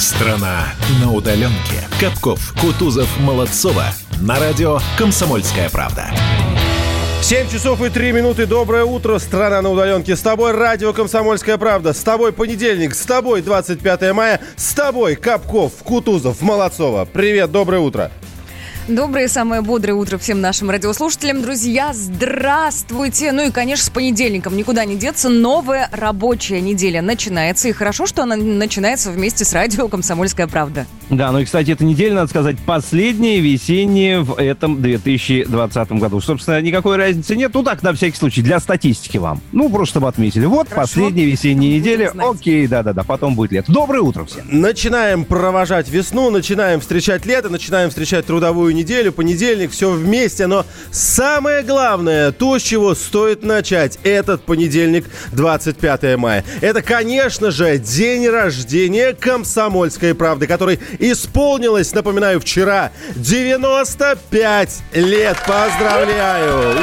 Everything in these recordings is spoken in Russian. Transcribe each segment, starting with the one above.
Страна на удаленке. Капков, Кутузов, Молодцова. На радио «Комсомольская правда». 7 часов и 3 минуты. Доброе утро, страна на удаленке. С тобой радио «Комсомольская правда». С тобой понедельник. С тобой 25 мая. С тобой Капков, Кутузов, Молодцова. Привет, доброе утро. Доброе, самое бодрое утро всем нашим радиослушателям. Друзья, здравствуйте! Ну и, конечно, с понедельником никуда не деться. Новая рабочая неделя начинается. И хорошо, что она начинается вместе с радио «Комсомольская правда». Да, ну и, кстати, эта неделя, надо сказать, последняя весенняя в этом 2020 году. Собственно, никакой разницы нет. Ну так, на всякий случай, для статистики вам. Ну, просто чтобы отметили. Вот, хорошо. Последняя весенняя неделя. Окей, да-да-да, потом будет лето. Доброе утро всем. Начинаем провожать весну, начинаем встречать лето, начинаем встречать трудовую неделю, понедельник, все вместе. Но самое главное, то, с чего стоит начать этот понедельник, 25 мая. Это, конечно же, день рождения «Комсомольской правды», который исполнилось, напоминаю, вчера 95 лет. Поздравляю!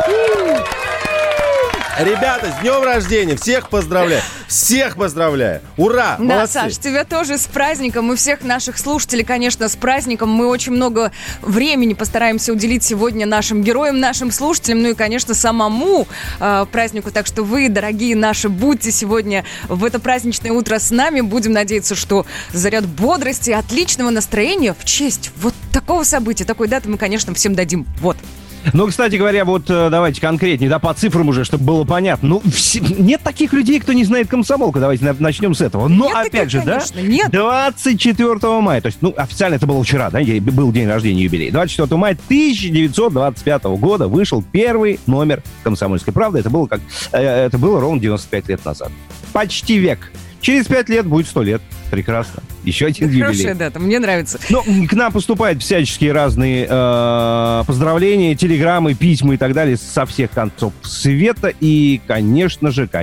Ребята, с днем рождения! Всех поздравляю! Всех поздравляю! Ура! Да, молодцы! Саш, тебя тоже с праздником. И всех наших слушателей, конечно, с праздником. Мы очень много времени постараемся уделить сегодня нашим героям, нашим слушателям. Ну и, конечно, самому празднику. Так что вы, дорогие наши, будьте сегодня в это праздничное утро с нами. Будем надеяться, что заряд бодрости, отличного настроения в честь вот такого события, такой даты мы, конечно, всем дадим. Вот. Ну, кстати говоря, вот давайте конкретнее, да, по цифрам уже, чтобы было понятно. Ну, нет таких людей, кто не знает комсомолку. Давайте начнем с этого. Но, нет опять таких, же, конечно, да, нет. 24 мая, то есть, ну, официально это было вчера, да, был день рождения, юбилей. 24 мая 1925 года вышел первый номер «Комсомольской правды». Это было ровно 95 лет назад. Почти век. Через 5 лет будет 100 лет. Прекрасно. Еще один юбилей. Хорошая дата, мне нравится. Ну, к нам поступают всяческие разные поздравления, телеграммы, письма и так далее со всех концов света. И, конечно же,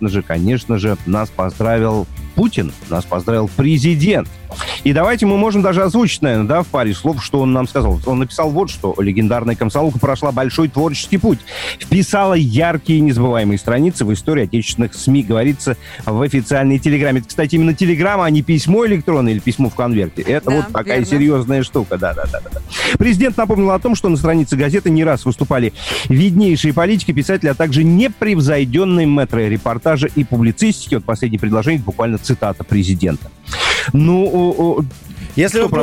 нас поздравил Путин, нас поздравил президент. И давайте мы можем даже озвучить, наверное, да, в паре слов, что он нам сказал. Он написал вот что. Легендарная комсомолка прошла большой творческий путь. Вписала яркие и незабываемые страницы в истории отечественных СМИ, говорится в официальной телеграмме. Это, кстати, именно телеграмма, а не письмо электронное или письмо в конверте. Это да, вот такая верно. Серьезная штука. Да. Президент напомнил о том, что на странице газеты не раз выступали виднейшие политики, писатели, а также непревзойденные мэтры репортажа и публицистики. Вот последнее предложение, буквально цитата президента. Ну, если вы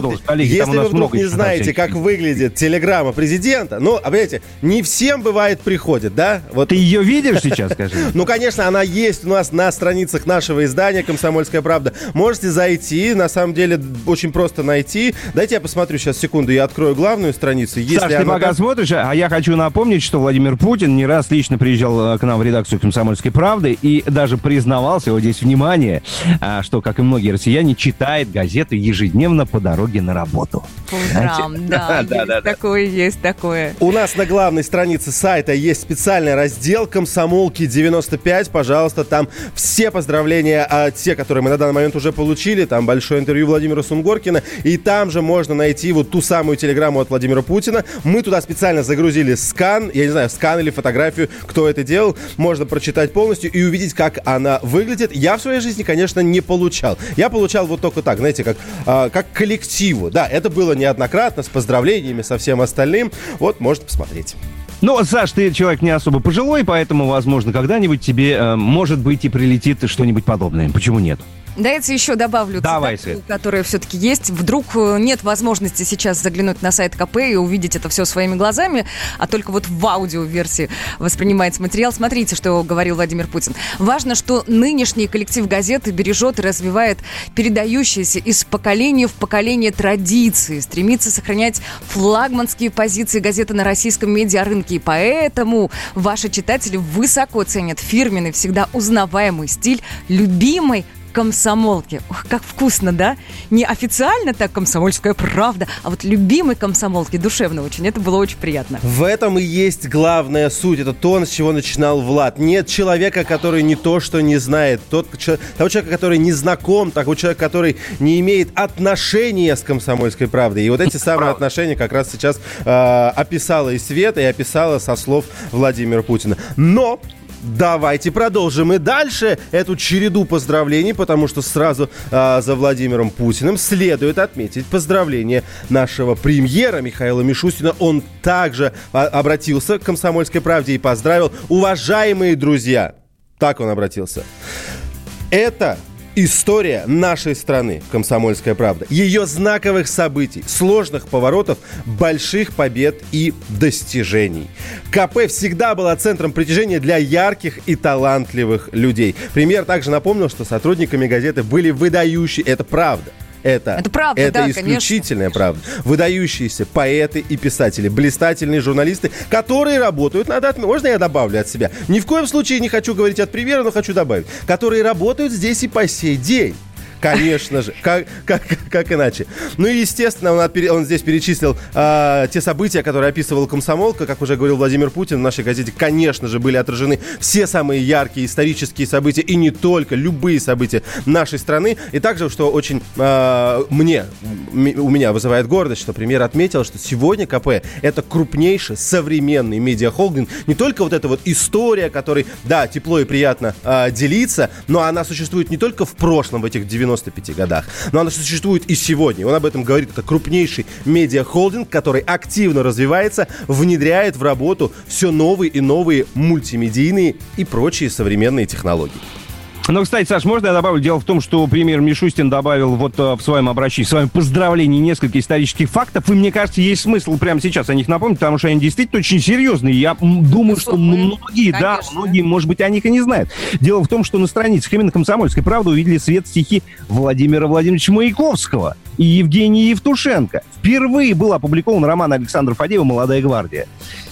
вдруг не знаете, как выглядит телеграмма президента, ну, понимаете, не всем бывает приходит, да? Вот. Ты ее видишь сейчас, скажи? Ну, конечно, она есть у нас на страницах нашего издания «Комсомольская правда». Можете зайти, на самом деле, очень просто найти. Дайте я посмотрю сейчас, секунду, я открою главную страницу. Саш, ты пока смотришь, а я хочу напомнить, что Владимир Путин не раз лично приезжал к нам в редакцию «Комсомольской правды» и даже признавался, вот здесь внимание, что, как и многие россияне, читает газеты ежедневно по дороге на работу. По утрам, да, есть такое. У нас на главной странице сайта есть специальный раздел «Комсомолки 95». Пожалуйста, там все поздравления, те, которые мы на данный момент уже получили. Там большое интервью Владимира Сунгоркина. И там же можно найти вот ту самую телеграмму от Владимира Путина. Мы туда специально загрузили скан. Я не знаю, скан или фотографию, кто это делал. Можно прочитать полностью и увидеть, как она выглядит. Я в своей жизни, конечно, не получал. Я получал вот только так, знаете, как коллективу. Да, это было неоднократно, с поздравлениями, со всем остальным. Вот, можете посмотреть. Ну, Саш, ты человек не особо пожилой, поэтому, возможно, когда-нибудь тебе, может быть, и прилетит что-нибудь подобное. Почему нет? Дайте еще добавлю цитату, которая все-таки есть. Вдруг нет возможности сейчас заглянуть на сайт КП и увидеть это все своими глазами, а только вот в аудиоверсии воспринимается материал. Смотрите, что говорил Владимир Путин. Важно, что нынешний коллектив газеты бережет и развивает передающиеся из поколения в поколение традиции, стремится сохранять флагманские позиции газеты на российском медиарынке. И поэтому ваши читатели высоко ценят фирменный, всегда узнаваемый стиль любимой комсомолки. Ох, как вкусно, да? Не официально так «Комсомольская правда», а вот любимой комсомолки, душевно очень. Это было очень приятно. В этом и есть главная суть. Это то, с чего начинал Влад. Нет человека, который не то, что не знает. Того человека, который не знаком, того человека, который не имеет отношения с «Комсомольской правдой». И вот эти самые отношения как раз сейчас описала и Света, и описала со слов Владимира Путина. Но давайте продолжим и дальше эту череду поздравлений, потому что сразу за Владимиром Путиным следует отметить поздравление нашего премьера Михаила Мишустина. Он также обратился к «Комсомольской правде» и поздравил. Уважаемые друзья, так он обратился. Это история нашей страны, «Комсомольская правда». Ее знаковых событий, сложных поворотов, больших побед и достижений. КП всегда была центром притяжения для ярких и талантливых людей. Премьер также напомнил, что сотрудниками газеты были выдающие, это правда. Это правда, это исключительная правда. Выдающиеся поэты и писатели, блистательные журналисты, которые работают над этим. Можно я добавлю от себя? Ни в коем случае не хочу говорить от премьера, но хочу добавить. Которые работают здесь и по сей день. Конечно же, как иначе. Ну и, естественно, он здесь перечислил те события, которые описывал «Комсомолка». Как уже говорил Владимир Путин, в нашей газете, конечно же, были отражены все самые яркие исторические события, и не только, любые события нашей страны. И также, что очень у меня вызывает гордость, что премьер отметил, что сегодня КП – это крупнейший современный медиахолдинг. Не только вот эта вот история, которой, да, тепло и приятно делиться, но она существует не только в прошлом, в этих 95 годах. Но она существует и сегодня. Он об этом говорит. Это крупнейший медиахолдинг, который активно развивается, внедряет в работу все новые и новые мультимедийные и прочие современные технологии. Ну, кстати, Саш, можно я добавлю? Дело в том, что премьер Мишустин добавил вот в своем обращении, в своем поздравлении несколько исторических фактов, и мне кажется, есть смысл прямо сейчас о них напомнить, потому что они действительно очень серьезные. Я думаю, что многие, может быть, о них и не знают. Дело в том, что на страницах именно «Комсомольской правды» увидели свет стихи Владимира Владимировича Маяковского и Евгения Евтушенко. Впервые был опубликован роман Александра Фадеева «Молодая гвардия».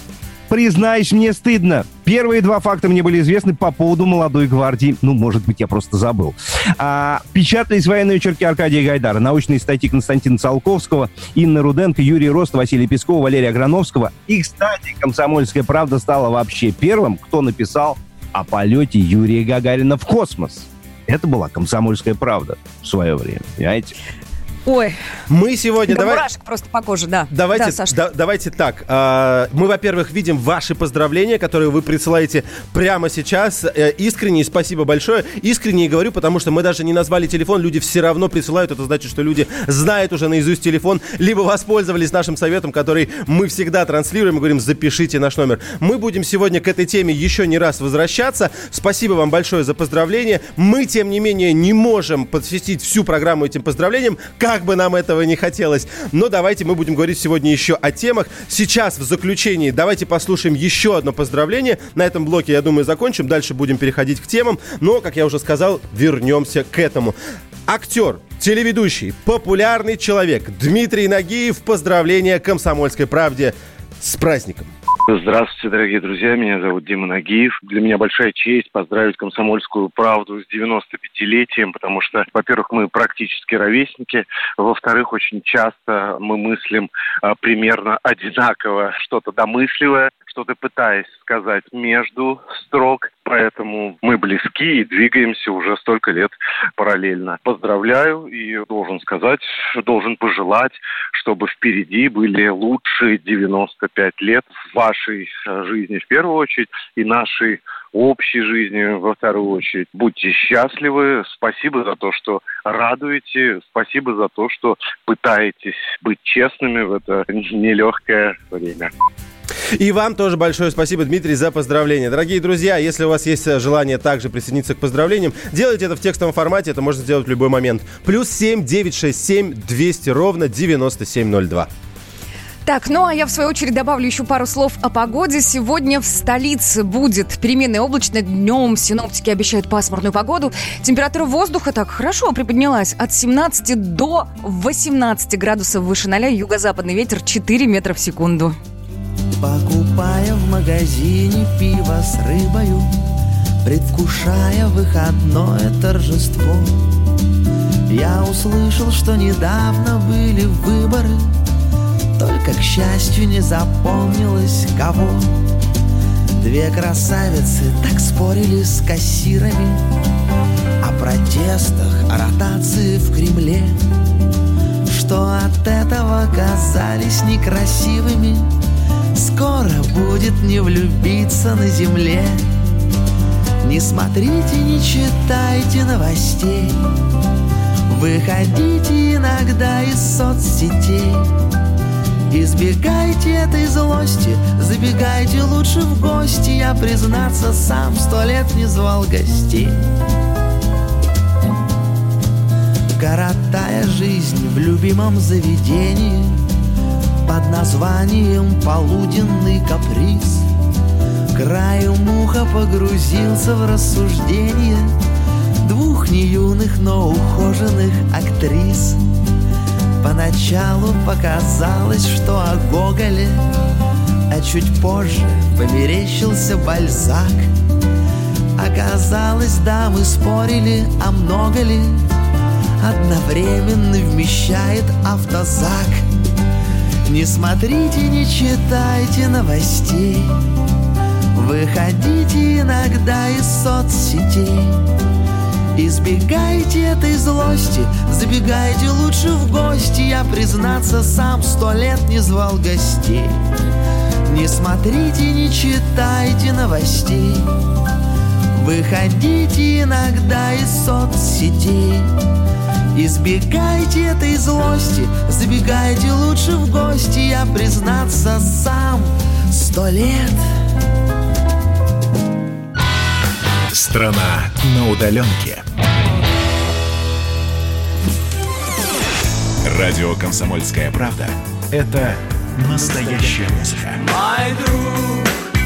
Признаюсь, мне стыдно. Первые два факта мне были известны по поводу «Молодой гвардии». Ну, может быть, я просто забыл. Печатались военные очерки Аркадия Гайдара, научные статьи Константина Циолковского, Инны Руденко, Юрия Роста, Василия Пескова, Валерия Аграновского. И, кстати, «Комсомольская правда» стала вообще первым, кто написал о полете Юрия Гагарина в космос. Это была «Комсомольская правда» в свое время, понимаете? Ой, мы сегодня... мурашек просто по коже, да. Давайте так. Мы, во-первых, видим ваши поздравления, которые вы присылаете прямо сейчас. Искренне, спасибо большое. Искренне говорю, потому что мы даже не назвали телефон, люди все равно присылают. Это значит, что люди знают уже наизусть телефон, либо воспользовались нашим советом, который мы всегда транслируем, и говорим, запишите наш номер. Мы будем сегодня к этой теме еще не раз возвращаться. Спасибо вам большое за поздравления. Мы, тем не менее, не можем посвятить всю программу этим поздравлениям, как бы нам этого не хотелось. Но давайте мы будем говорить сегодня еще о темах. Сейчас в заключении давайте послушаем еще одно поздравление. На этом блоке, я думаю, закончим. Дальше будем переходить к темам. Но, как я уже сказал, вернемся к этому. Актер, телеведущий, популярный человек Дмитрий Нагиев. Поздравления «Комсомольской правде» с праздником. Здравствуйте, дорогие друзья, меня зовут Дима Нагиев. Для меня большая честь поздравить «Комсомольскую правду» с 95-летием, потому что, во-первых, мы практически ровесники, во-вторых, очень часто мы мыслим примерно одинаково, что-то домысливая, что-то пытаясь сказать между строк, поэтому мы близки и двигаемся уже столько лет параллельно. Поздравляю и должен сказать, должен пожелать, чтобы впереди были лучшие 95 лет в вашей жизни в первую очередь и нашей общей жизни во вторую очередь. Будьте счастливы, спасибо за то, что радуете, спасибо за то, что пытаетесь быть честными в это нелегкое время. И вам тоже большое спасибо, Дмитрий, за поздравления. Дорогие друзья, если у вас есть желание также присоединиться к поздравлениям, делайте это в текстовом формате, это можно сделать в любой момент. +7 967 200 ровно 9702. Так, ну а я в свою очередь добавлю еще пару слов о погоде. Сегодня в столице будет переменная облачность. Днем синоптики обещают пасмурную погоду. Температура воздуха так хорошо приподнялась. От 17 до 18 градусов выше 0. Юго-западный ветер 4 метра в секунду. Покупая в магазине пиво с рыбою, предвкушая выходное торжество, я услышал, что недавно были выборы, только, к счастью, не запомнилось кого. Две красавицы так спорили с кассирами о протестах, о ротации в Кремле, что от этого казались некрасивыми. Скоро будет не влюбиться на земле. Не смотрите, не читайте новостей, выходите иногда из соцсетей. Избегайте этой злости, забегайте лучше в гости. Я, признаться, сам 100 лет не звал гостей. Коротая жизнь в любимом заведении под названием «Полуденный каприз», краем уха погрузился в рассуждение двух неюных, но ухоженных актрис. Поначалу показалось, что о Гоголе, а чуть позже померещился Бальзак. Оказалось, да, мы спорили, а много ли одновременно вмещает автозак. Не смотрите, не читайте новостей, выходите иногда из соцсетей. Избегайте этой злости, забегайте лучше в гости. Я, признаться, сам 100 лет не звал гостей. Не смотрите, не читайте новостей, выходите иногда из соцсетей. Избегайте этой злости, забегайте лучше в гости. Я, признаться, сам 100 лет. Страна на удаленке. Радио «Комсомольская правда» — это настоящая музыка. Мой друг,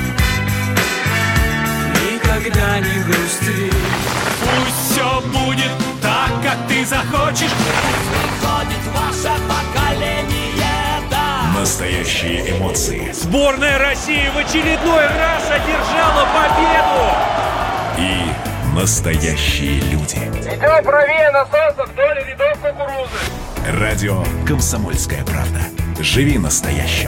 никогда не грусти. Пусть все будет так, как ты захочешь. Выходит ваше поколение, да. Настоящие эмоции. Сборная России в очередной раз одержала победу. И настоящие люди. Идем правее насоса вдоль рядов кукурузы. Радио «Комсомольская правда». Живи настоящим.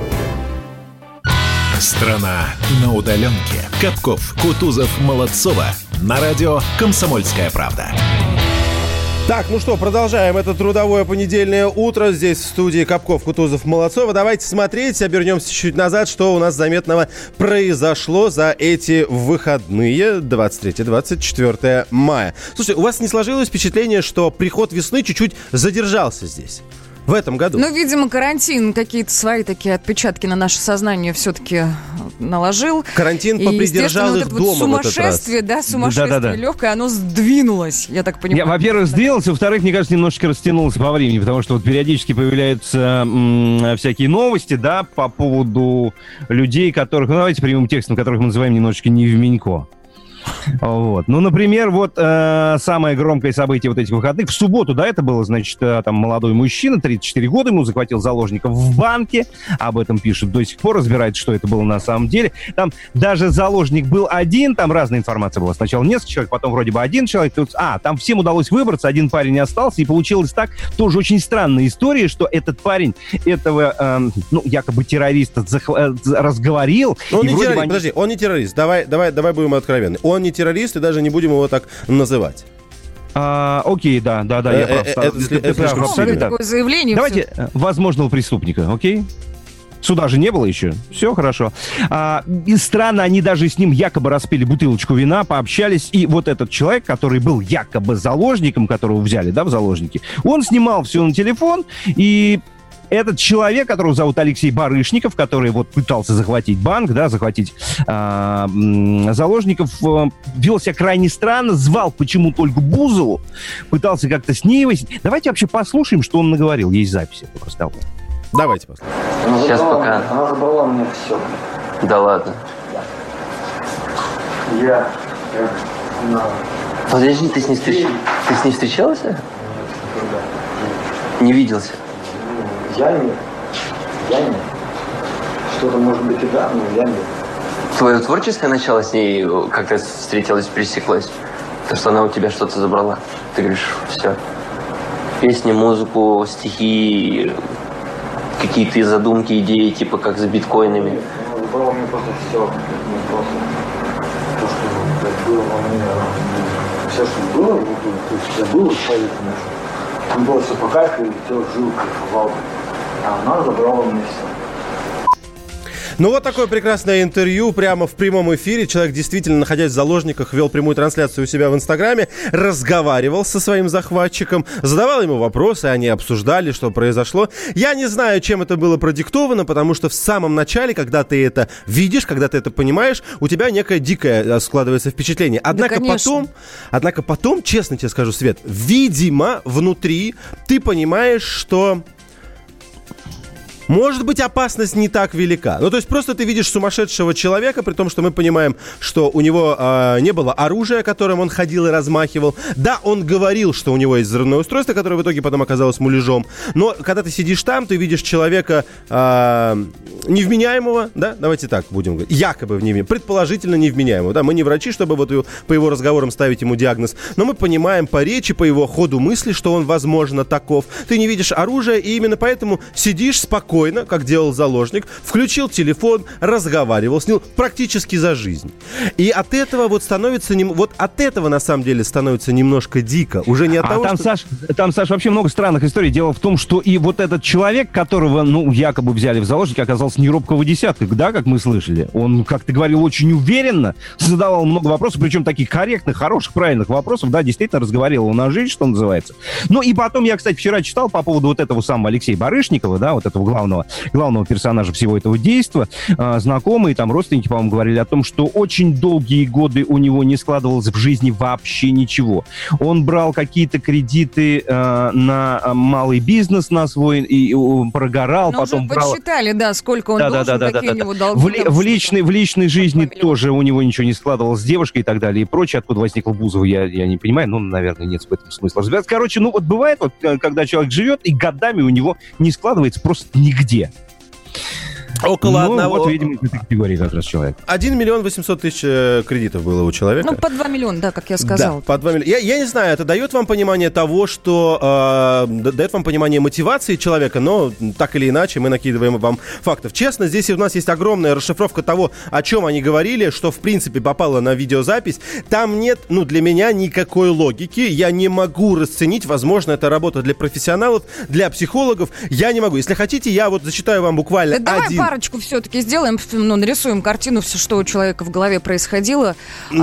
Страна на удаленке. Капков, Кутузов, Молодцова. На радио «Комсомольская правда». Так, ну что, продолжаем. Это трудовое понедельное утро. Здесь в студии Капков, Кутузов, Молодцова. Давайте смотреть, обернемся чуть назад, что у нас заметного произошло за эти выходные 23-24 мая. Слушайте, у вас не сложилось впечатление, что приход весны чуть-чуть задержался здесь? В этом году. Ну, видимо, карантин какие-то свои такие отпечатки на наше сознание все-таки наложил. Карантин попридержал их дома в этот раз. Сумасшествие легкое, оно сдвинулось, я так понимаю. Во-первых, сдвинулось, во-вторых, мне кажется, немножечко растянулось по времени, потому что вот периодически появляются всякие новости, да, по поводу людей, которых, ну, давайте прямым текстом, которых мы называем немножечко невменько. Вот. Ну, например, вот самое громкое событие вот этих выходных. В субботу, да, это было, значит, там молодой мужчина, 34 года, ему захватил заложников в банке. Об этом пишут до сих пор, разбирается, что это было на самом деле. Там даже заложник был один, там разная информация была. Сначала несколько человек, потом вроде бы один человек. Там всем удалось выбраться, один парень не остался. И получилось так, тоже очень странная история, что этот парень этого, якобы террориста разговорил. Он не террорист, подожди, он не террорист. Давай будем откровенны. Он не террорист, и даже не будем его так называть. Окей, да, я прав. Это слишком сильно. Такое заявление. Давайте возможного преступника, окей? Суда же не было еще. Все хорошо. И странно, они даже с ним якобы распили бутылочку вина, пообщались. И вот этот человек, который был якобы заложником, которого взяли, да, в заложники, он снимал все на телефон, и этот человек, которого зовут Алексей Барышников, который вот пытался захватить банк, да, захватить заложников, вел себя крайне странно, звал почему-то Ольгу Бузову, пытался как-то с ней выяснить. Давайте вообще послушаем, что он наговорил. Есть запись этого разговора. Давайте послушаем. Сейчас пока. Она забрала мне все. Да ладно. Да. Подожди, ты с ней встречался? Не виделся? Я нет. Что-то, может быть, и да, но я нет. Твое творческое начало с ней как-то встретилось, пересеклось? То, что она у тебя что-то забрала? Ты говоришь, все. Песни, музыку, стихи, какие-то задумки, идеи, типа как с биткоинами. Ну, забрала мне просто все. Мне просто то, что было во мне. Все, что было, то есть я был человеком. Мне было все по кайфу, и все жил, кайфовал. А она забрала мне все. Ну вот такое прекрасное интервью прямо в прямом эфире. Человек, действительно, находясь в заложниках, вел прямую трансляцию у себя в Инстаграме, разговаривал со своим захватчиком, задавал ему вопросы, они обсуждали, что произошло. Я не знаю, чем это было продиктовано, потому что в самом начале, когда ты это видишь, когда ты это понимаешь, у тебя некое дикое складывается впечатление. Однако потом, честно тебе скажу, Свет, видимо, внутри ты понимаешь, что... Может быть, опасность не так велика. Ну, то есть просто ты видишь сумасшедшего человека, при том, что мы понимаем, что у него не было оружия, которым он ходил и размахивал. Да, он говорил, что у него есть взрывное устройство, которое в итоге потом оказалось муляжом. Но когда ты сидишь там, ты видишь человека невменяемого, да, давайте так будем говорить, якобы невменяемого, предположительно невменяемого. Да, мы не врачи, чтобы вот по его разговорам ставить ему диагноз, но мы понимаем по речи, по его ходу мысли, что он, возможно, таков. Ты не видишь оружия, и именно поэтому сидишь спокойно, как делал заложник, включил телефон, разговаривал с ним практически за жизнь. И от этого вот становится... Вот от этого, на самом деле, становится немножко дико. Уже не от того, там, что... Саш, вообще много странных историй. Дело в том, что и вот этот человек, которого, якобы взяли в заложники, оказался не робкого десятка, да, как мы слышали. Он, как ты говорил, очень уверенно задавал много вопросов, причем таких корректных, хороших, правильных вопросов, да, действительно разговаривал на жизнь, что называется. Ну и потом я, кстати, вчера читал по поводу вот этого самого Алексея Барышникова, да, вот этого главного персонажа всего этого действа. Знакомые, там, родственники, по-моему, говорили о том, что очень долгие годы у него не складывалось в жизни вообще ничего. Он брал какие-то кредиты на малый бизнес на свой и прогорал, потом уже брал... подсчитали, да, сколько он должен, какие у него долги. В личной жизни тоже у него ничего не складывалось с девушкой и так далее, и прочее. Откуда возникла Бузова, я не понимаю, наверное, нет в этом смысла разбираться. Короче, вот бывает, когда человек живет, и годами у него не складывается просто нигде. Около одного... Вот, видимо, из этой категории как раз человек. 1 800 000 кредитов было у человека. По 2 миллиона, да, как я сказал. Да, по 2 миллиона. Я не знаю, это дает вам понимание того, что... дает вам понимание мотивации человека, но так или иначе мы накидываем вам фактов. Честно, здесь у нас есть огромная расшифровка того, о чем они говорили, что, в принципе, попало на видеозапись. Там нет, для меня никакой логики. Я не могу расценить. Возможно, это работа для профессионалов, для психологов. Я не могу. Если хотите, я вот зачитаю вам буквально один... Парочку все-таки сделаем, нарисуем картину, все, что у человека в голове происходило.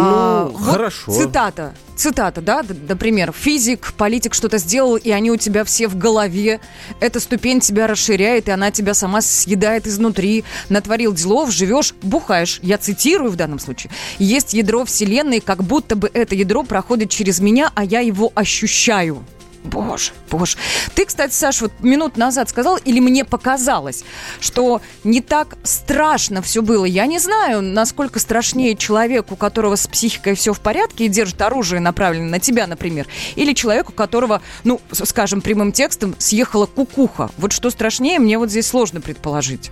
Хорошо. Вот цитата, да, например, физик, политик что-то сделал, и они у тебя все в голове. Эта ступень тебя расширяет, и она тебя сама съедает изнутри. Натворил делов, живешь, бухаешь. Я цитирую в данном случае. Есть ядро вселенной, как будто бы это ядро проходит через меня, а я его ощущаю. Боже. Ты, кстати, Саш, вот минут назад сказал, или мне показалось, что не так страшно все было. Я не знаю, насколько страшнее человек, у которого с психикой все в порядке и держит оружие, направленное на тебя, например, или человек, у которого, скажем, прямым текстом съехала кукуха. Вот что страшнее, мне вот здесь сложно предположить.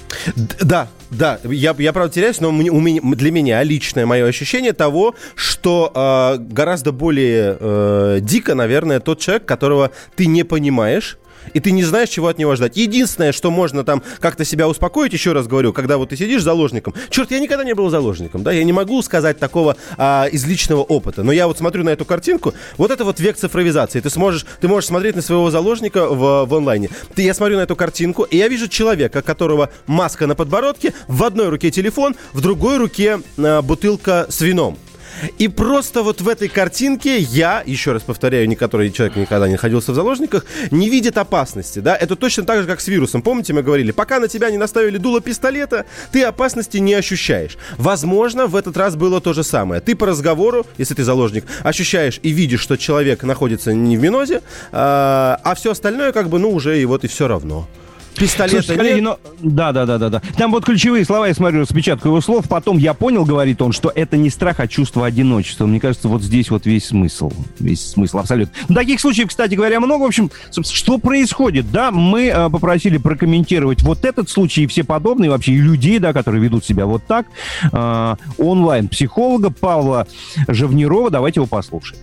Да, я правда теряюсь, но для меня личное мое ощущение того, что гораздо более дико, наверное, тот человек, которого ты не понимаешь, и ты не знаешь, чего от него ждать. Единственное, что можно там как-то себя успокоить, еще раз говорю, когда вот ты сидишь заложником. Черт, я никогда не был заложником, да, я не могу сказать такого из личного опыта. Но я вот смотрю на эту картинку, вот это вот век цифровизации. Ты можешь смотреть на своего заложника в онлайне. Я смотрю на эту картинку, и я вижу человека, которого маска на подбородке, в одной руке телефон, в другой руке бутылка с вином. И просто вот в этой картинке я, еще раз повторяю, человек никогда не находился в заложниках, не видит опасности, да, это точно так же, как с вирусом. Помните, мы говорили, пока на тебя не наставили дуло пистолета, ты опасности не ощущаешь. Возможно, в этот раз было то же самое. Ты по разговору, если ты заложник, ощущаешь и видишь, что человек находится не в минозе, а все остальное уже и вот и все равно. Пистолета. Слушай, нет? Да. Там вот ключевые слова, я смотрю, распечатку его слов. Потом я понял, говорит он, что это не страх, а чувство одиночества. Мне кажется, вот здесь вот весь смысл. Весь смысл абсолютно. Таких случаев, кстати говоря, много. В общем, что происходит? Да, мы попросили прокомментировать вот этот случай и все подобные вообще, и людей, да, которые ведут себя вот так. Онлайн-психолога Павла Живнирова. Давайте его послушаем.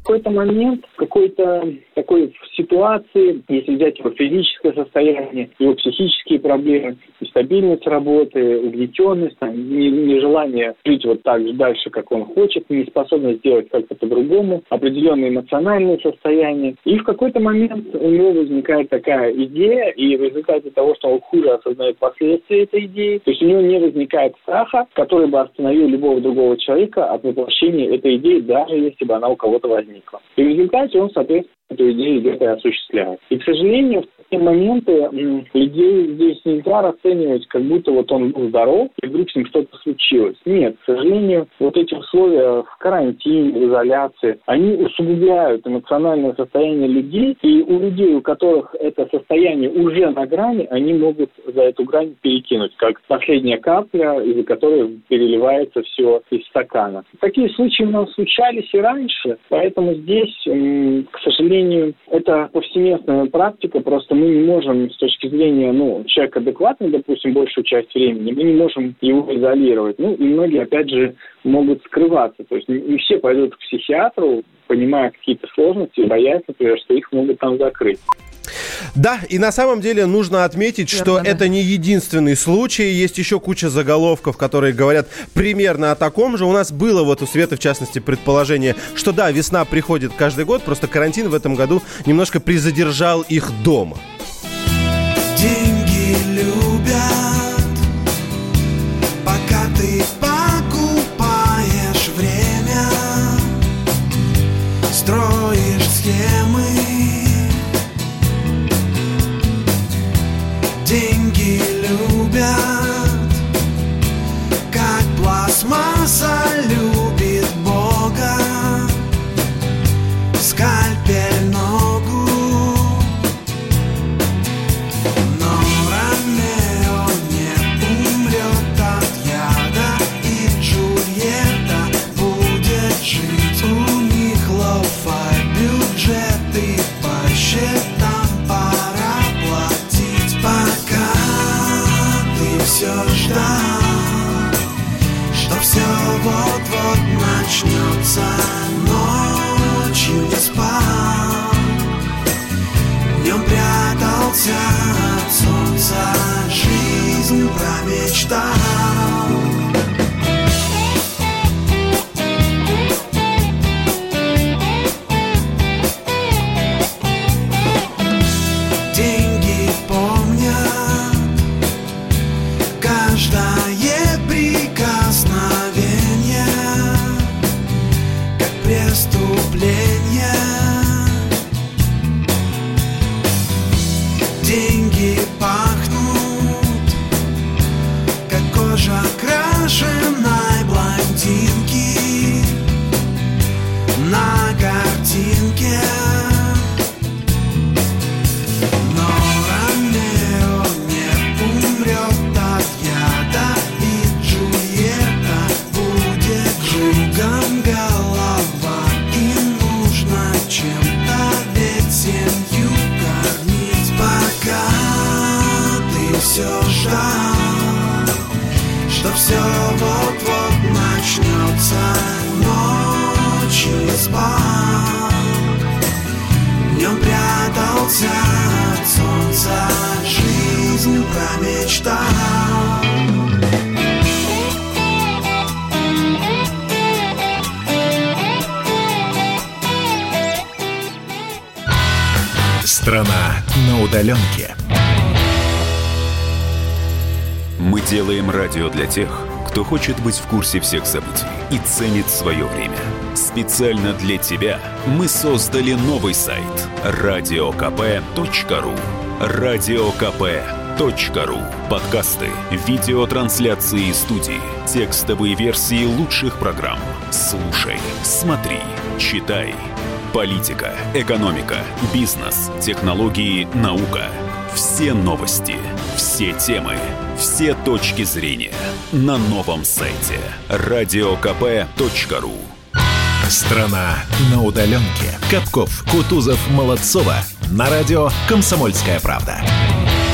В какой-то момент, в какой-то такой ситуации, если взять его физическое состояние, его психические проблемы, нестабильность работы, угнетенность, нежелание жить вот так же дальше, как он хочет, неспособность сделать как-то по-другому, определенные эмоциональные состояния. И в какой-то момент у него возникает такая идея, и в результате того, что он хуже осознает последствия этой идеи, то есть у него не возникает страха, который бы остановил любого другого человека от воплощения этой идеи, даже если бы она у кого-то возникла. И в результате он, соответственно, эту идею идет и осуществляет. И, к сожалению, в такие моменты людей здесь нельзя расценивать, как будто вот он был здоров, и вдруг с ним что-то случилось. Нет, к сожалению, вот эти условия в карантине, изоляции, они усугубляют эмоциональное состояние людей, и у людей, у которых это состояние уже на грани, они могут за эту грань перекинуть, как последняя капля, из-за которой переливается все из стакана. Такие случаи у нас случались и раньше, поэтому здесь, к сожалению, это повсеместная практика, просто мы не можем с точки зрения, человека адекватный, допустим, большую часть времени, мы не можем его изолировать. И многие, опять же, могут скрываться. То есть не все пойдут к психиатру, понимая какие-то сложности, боясь, например, что их могут там закрыть. Да, и на самом деле нужно отметить, что это не единственный случай. Есть еще куча заголовков, которые говорят примерно о таком же. У нас было вот у Светы, в частности, предположение, что да, весна приходит каждый год, просто карантин в этом году немножко призадержал их дома. Деньги любят, пока ты покупаешь время, строишь схемы. Деньги любят, как пластмасса любит Бога, скальпель ногу. Но Ромео не умрет от яда, и Джульетта будет жить. У них лоу-фай бюджет, и по счетам пора платить. Пока ты все ждал, что все вот-вот начнется, ночью не спал, днем прятался от солнца, жизнь промечтал. Деньги помнят каждое прикосновение, как преступление. Деньги пахнут, как кожа крашеной блондинки на картинке. Но Ромео не умрет от яда, и Джульетта будет кругом голова, и нужно чем-то ведь семью кормить. Пока ты все ждал, что все вот-вот начнется, ночью не спал, днем прятался от солнца, жизнь промечтал. Страна на удаленке. Мы делаем радио для тех, кто хочет быть в курсе всех событий и ценит свое время. Специально для тебя мы создали новый сайт radiokp.ru. radiokp.ru. Подкасты, видеотрансляции из студии, текстовые версии лучших программ. Слушай, смотри, читай. Политика, экономика, бизнес, технологии, наука. Все новости, все темы, все точки зрения на новом сайте radiokp.ru. Страна на удаленке. Капков, Кутузов, Молодцова. На радио «Комсомольская правда».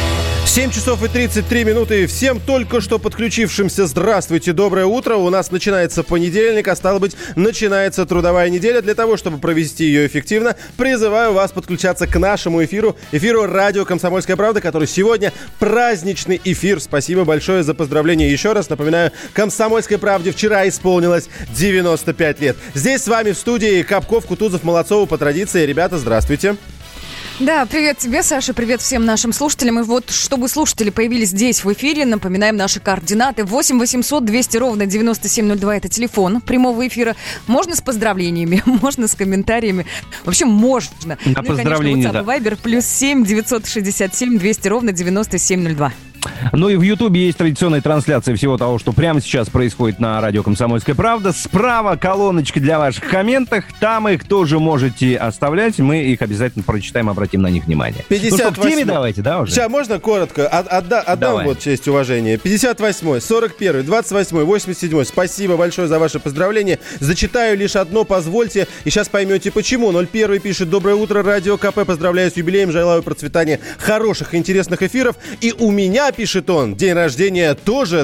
7 часов и 33 минуты. Всем только что подключившимся здравствуйте, доброе утро. У нас начинается понедельник, а стало быть, начинается трудовая неделя. Для того, чтобы провести ее эффективно, призываю вас подключаться к нашему эфиру радио «Комсомольская правда», который сегодня праздничный эфир. Спасибо большое за поздравления. Еще раз напоминаю, «Комсомольской правде» вчера исполнилось 95 лет. Здесь с вами в студии Капков, Кутузов, Молодцова по традиции. Ребята, здравствуйте. Да, привет тебе, Саша, привет всем нашим слушателям. И вот, чтобы слушатели появились здесь в эфире, напоминаем наши координаты. 8 800 200 ровно 9702 – это телефон прямого эфира. Можно с поздравлениями, можно с комментариями. Вообще можно. А поздравления, WhatsApp и Viber +7 967 200 ровно 9702. Ну и в Ютубе есть традиционная трансляция всего того, что прямо сейчас происходит на радио «Комсомольская правда». Справа колоночка для ваших комментов. Там их тоже можете оставлять. Мы их обязательно прочитаем, обратим на них внимание. 58... Ну что, к теме давайте, да, уже? Сейчас можно коротко? Отдам вот честь и уважение. 58-й, 41-й, 28-й, 87-й. Спасибо большое за ваши поздравления. Зачитаю лишь одно, позвольте. И сейчас поймете почему. 01-й пишет: «Доброе утро, радио КП. Поздравляю с юбилеем. Желаю процветания хороших и интересных эфиров. И у меня, пишет он, день рождения тоже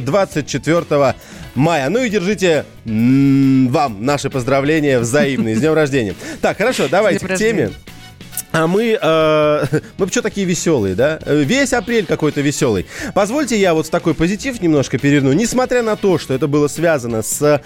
24 мая. Ну и держите вам наши поздравления взаимные. С днем рождения». Так, хорошо, давайте к теме. А мы что такие веселые, да? Весь апрель какой-то веселый. Позвольте я вот в такой позитив немножко перейду. Несмотря на то, что это было связано с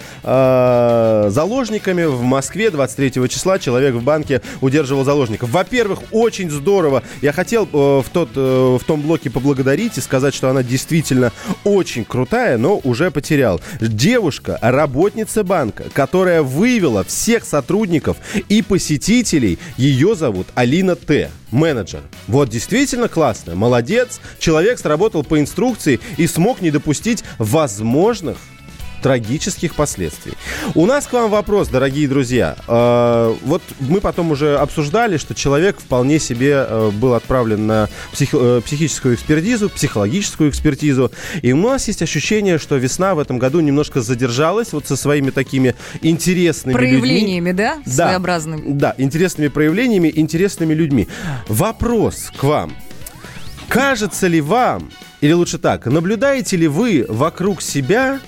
заложниками, в Москве 23 числа человек в банке удерживал заложников. Во-первых, очень здорово. Я хотел в том блоке поблагодарить и сказать, что она действительно очень крутая, но уже потерял. Девушка, работница банка, которая вывела всех сотрудников и посетителей, ее зовут Алина Т., менеджер. Вот действительно классно, молодец. Человек сработал по инструкции и смог не допустить возможных трагических последствий. У нас к вам вопрос, дорогие друзья. Вот мы потом уже обсуждали, что человек вполне себе был отправлен на психическую экспертизу, психологическую экспертизу. И у нас есть ощущение, что весна в этом году немножко задержалась вот со своими такими интересными проявлениями, людьми. Да? Своеобразными. Да, интересными проявлениями, интересными людьми. Вопрос к вам. Кажется ли вам, или лучше так, наблюдаете ли вы вокруг себя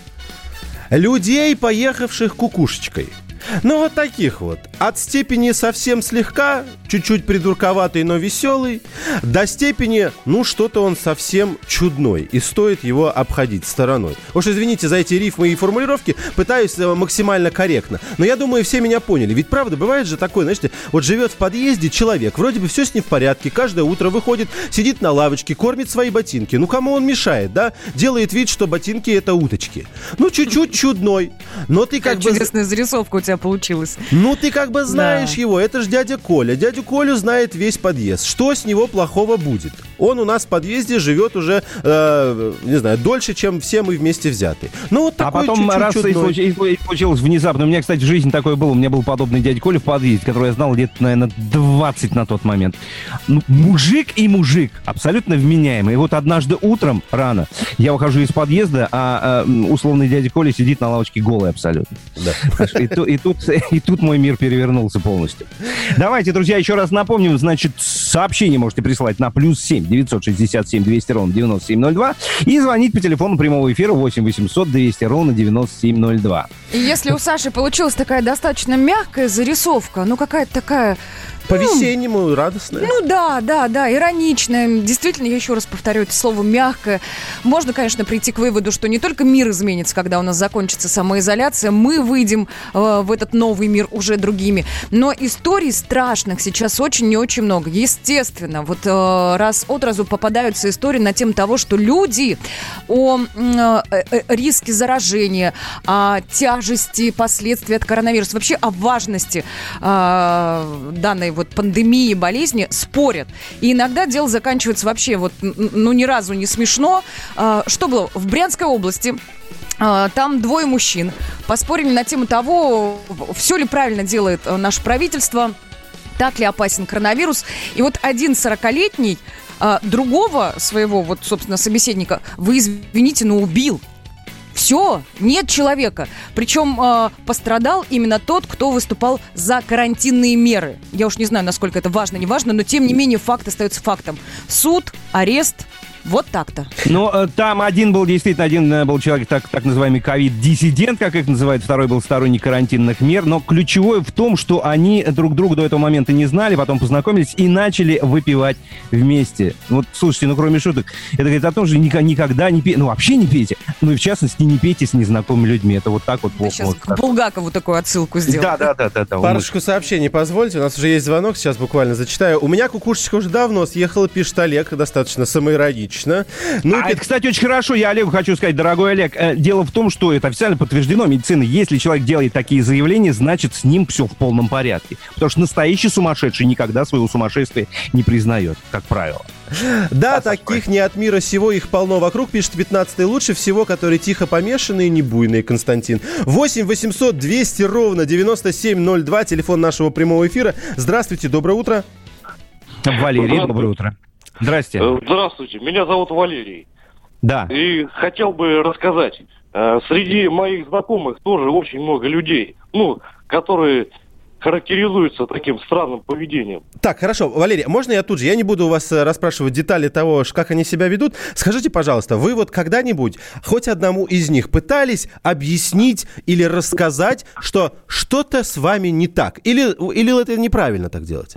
людей, поехавших кукушечкой? Ну, вот таких вот. От степени совсем слегка, чуть-чуть придурковатый, но веселый, до степени, ну, что-то он совсем чудной, и стоит его обходить стороной. Уж извините за эти рифмы и формулировки, пытаюсь максимально корректно. Но я думаю, все меня поняли. Ведь правда, бывает же такое, знаете, вот живет в подъезде человек, вроде бы все с ним в порядке, каждое утро выходит, сидит на лавочке, кормит свои ботинки. Ну, кому он мешает, да? Делает вид, что ботинки — это уточки. Ну, чуть-чуть чудной. Но ты как бы... Чудесная зарисовка у тебя получилась. Ну, ты как бы знаешь его, это же дядя Коля. Дядю Колю знает весь подъезд. Что с него плохого будет? Он у нас в подъезде живет уже, не знаю, дольше, чем все мы вместе взяты. Ну, вот такой потом раз и случилось внезапно. У меня, кстати, в жизни такое было. У меня был подобный дядя Коля в подъезде, который я знал лет, наверное, 20 на тот момент. Ну, мужик, абсолютно вменяемый. И вот однажды утром, рано, я ухожу из подъезда, а условный дядя Коля сидит на лавочке голый абсолютно. Да. И тут мой мир перевернулся полностью. Давайте, друзья, еще раз напомним. Значит, сообщение можете присылать на +7 967 200 ровно 9702 и звонить по телефону прямого эфира 8 800 200 ровно 9702. И если у Саши получилась такая достаточно мягкая зарисовка, ну какая-то такая... По-весеннему радостная. Ну да, ироничная. Действительно, я еще раз повторю это слово «мягкое». Можно, конечно, прийти к выводу, что не только мир изменится, когда у нас закончится самоизоляция, мы выйдем в этот новый мир уже другими. Но историй страшных сейчас очень и очень много. Естественно, вот раз от разу попадаются истории на тему того, что люди о риске заражения, о тяжести последствий от коронавируса, вообще о важности данной вот пандемии, болезни спорят. И иногда дело заканчивается вообще вот, ну, ни разу не смешно. Что было? В Брянской области там двое мужчин поспорили на тему того, все ли правильно делает наше правительство, так ли опасен коронавирус. И вот один 40-летний другого своего, вот, собственно, собеседника, вы извините, но убил. Все, нет человека. Причем пострадал именно тот, кто выступал за карантинные меры. Я уж не знаю, насколько это важно, не важно, но тем не менее факт остается фактом. Суд, арест Вот так-то. Но там один был человек, так называемый ковид-диссидент, как их называют, второй был сторонник карантинных мер, но ключевое в том, что они друг друга до этого момента не знали, потом познакомились и начали выпивать вместе. Вот, слушайте, кроме шуток, это говорит о том, что никогда не пейте, вообще не пейте, и в частности не пейте с незнакомыми людьми. Это вот так вот плохо. Сейчас к Булгакову такую отсылку сделал. Да. Парочку сообщений позвольте, у нас уже есть звонок, сейчас буквально зачитаю. У меня кукушечка уже давно съехала, пишет Олег, достаточно самоиронично. Это, кстати, очень хорошо. Я Олегу хочу сказать, дорогой Олег, дело в том, что это официально подтверждено медициной. Если человек делает такие заявления, значит, с ним все в полном порядке. Потому что настоящий сумасшедший никогда своего сумасшествия не признает, как правило. Да, таких не от мира сего, их полно вокруг, пишет 15-й. Лучше всего, которые тихо помешанные, не буйные, Константин. 8 800 200 ровно 9702, телефон нашего прямого эфира. Здравствуйте, доброе утро. Валерий, доброе утро. Здрасте. Здравствуйте, меня зовут Валерий. Да. И хотел бы рассказать, среди моих знакомых тоже очень много людей, которые характеризуются таким странным поведением. Так, хорошо, Валерий, можно я тут же? Я не буду у вас расспрашивать детали того, как они себя ведут. Скажите, пожалуйста, вы вот когда-нибудь хоть одному из них пытались объяснить или рассказать, что что-то с вами не так? Или это неправильно так делать?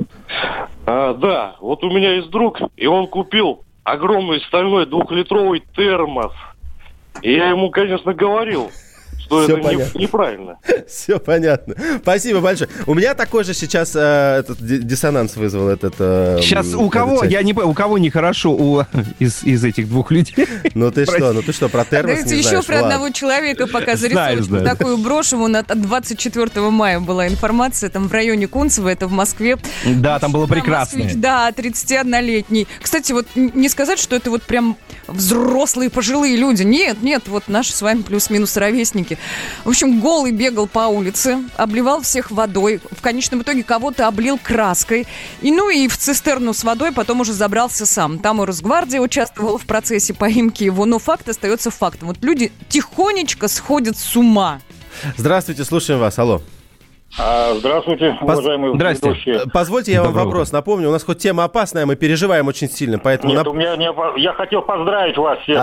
Да, вот у меня есть друг, и он купил огромный стальной 2-литровый термос. И я ему, конечно, говорил, что все это неправильно. Все понятно. Спасибо большое. У меня такой же сейчас этот диссонанс вызвал этот... Сейчас у кого, я не понимаю, у кого нехорошо из этих двух людей? Ну ты что, про термос не знаешь? Еще про одного человека пока зарисовочку такую брошу. От 24 мая была информация, там в районе Кунцево, это в Москве. Да, там было прекрасно. Да, 31-летний. Кстати, вот не сказать, что это вот прям взрослые пожилые люди. Нет, вот наши с вами плюс-минус ровесники. В общем, голый бегал по улице, обливал всех водой. В конечном итоге кого-то облил краской. И в цистерну с водой потом уже забрался сам. Там и Росгвардия участвовала в процессе поимки его. Но факт остается фактом. Вот люди тихонечко сходят с ума. Здравствуйте, слушаем вас. Алло. Здравствуйте, уважаемые ведущие. Позвольте, я вам вопрос напомню. У нас хоть тема опасная, мы переживаем очень сильно, поэтому... Нет, я хотел поздравить вас всех,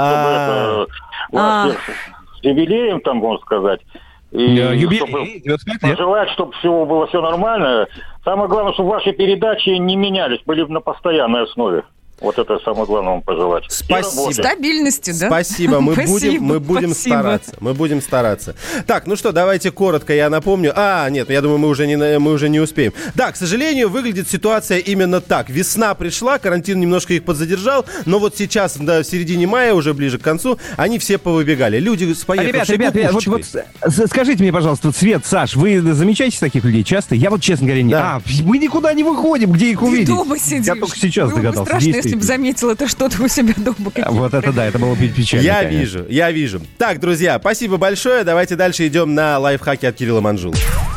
чтобы с юбилеем, там, можно сказать. И чтобы пожелать, чтобы все нормально. Самое главное, чтобы ваши передачи не менялись, были на постоянной основе. Вот это самое главное вам пожелать. Спасибо. Стабильности, да? Спасибо. Мы будем стараться. Мы будем стараться. Так, давайте коротко я напомню. Нет, я думаю, мы уже не успеем. Да, к сожалению, выглядит ситуация именно так. Весна пришла, карантин немножко их подзадержал, но вот сейчас, в середине мая, уже ближе к концу, они все повыбегали. Люди с поехавшей Ребят, скажите мне, пожалуйста, Свет, Саш, вы замечаете таких людей часто? Я вот, честно говоря, мы никуда не выходим, где их увидеть? Ты дома сидишь. Я только сейчас догадался. Если бы заметил это что-то у себя дома. Вот это да, это было печально. Я вижу. Так, друзья, спасибо большое. Давайте дальше идем на лайфхаки от Кирилла Манжулы.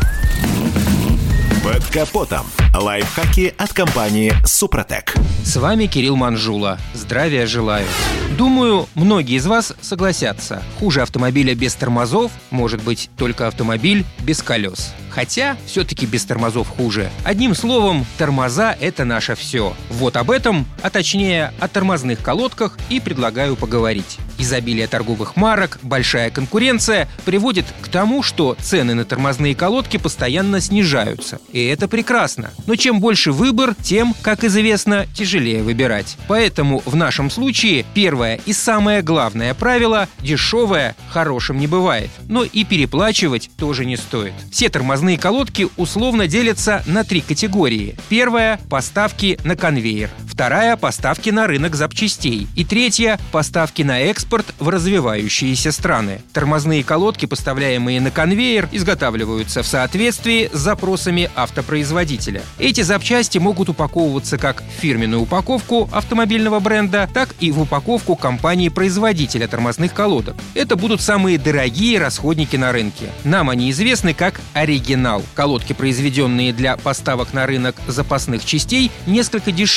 Под капотом. Лайфхаки от компании «Супротек». С вами Кирилл Манжула. Здравия желаю. Думаю, многие из вас согласятся. Хуже автомобиля без тормозов может быть только автомобиль без колес. Хотя, все-таки без тормозов хуже. Одним словом, тормоза — это наше все. Вот об этом, а точнее о тормозных колодках, и предлагаю поговорить. Изобилие торговых марок, большая конкуренция приводит к тому, что цены на тормозные колодки постоянно снижаются. И это прекрасно. Но чем больше выбор, тем, как известно, тяжелее выбирать. Поэтому в нашем случае первое и самое главное правило – дешевое хорошим не бывает. Но и переплачивать тоже не стоит. Все тормозные колодки условно делятся на 3 категории. Первая – поставки на конвейер. Вторая – поставки на рынок запчастей. И третья – поставки на экспорт в развивающиеся страны. Тормозные колодки, поставляемые на конвейер, изготавливаются в соответствии с запросами автопроизводителя. Эти запчасти могут упаковываться как в фирменную упаковку автомобильного бренда, так и в упаковку компании-производителя тормозных колодок. Это будут самые дорогие расходники на рынке. Нам они известны как оригинал. Колодки, произведенные для поставок на рынок запасных частей, несколько дешевле,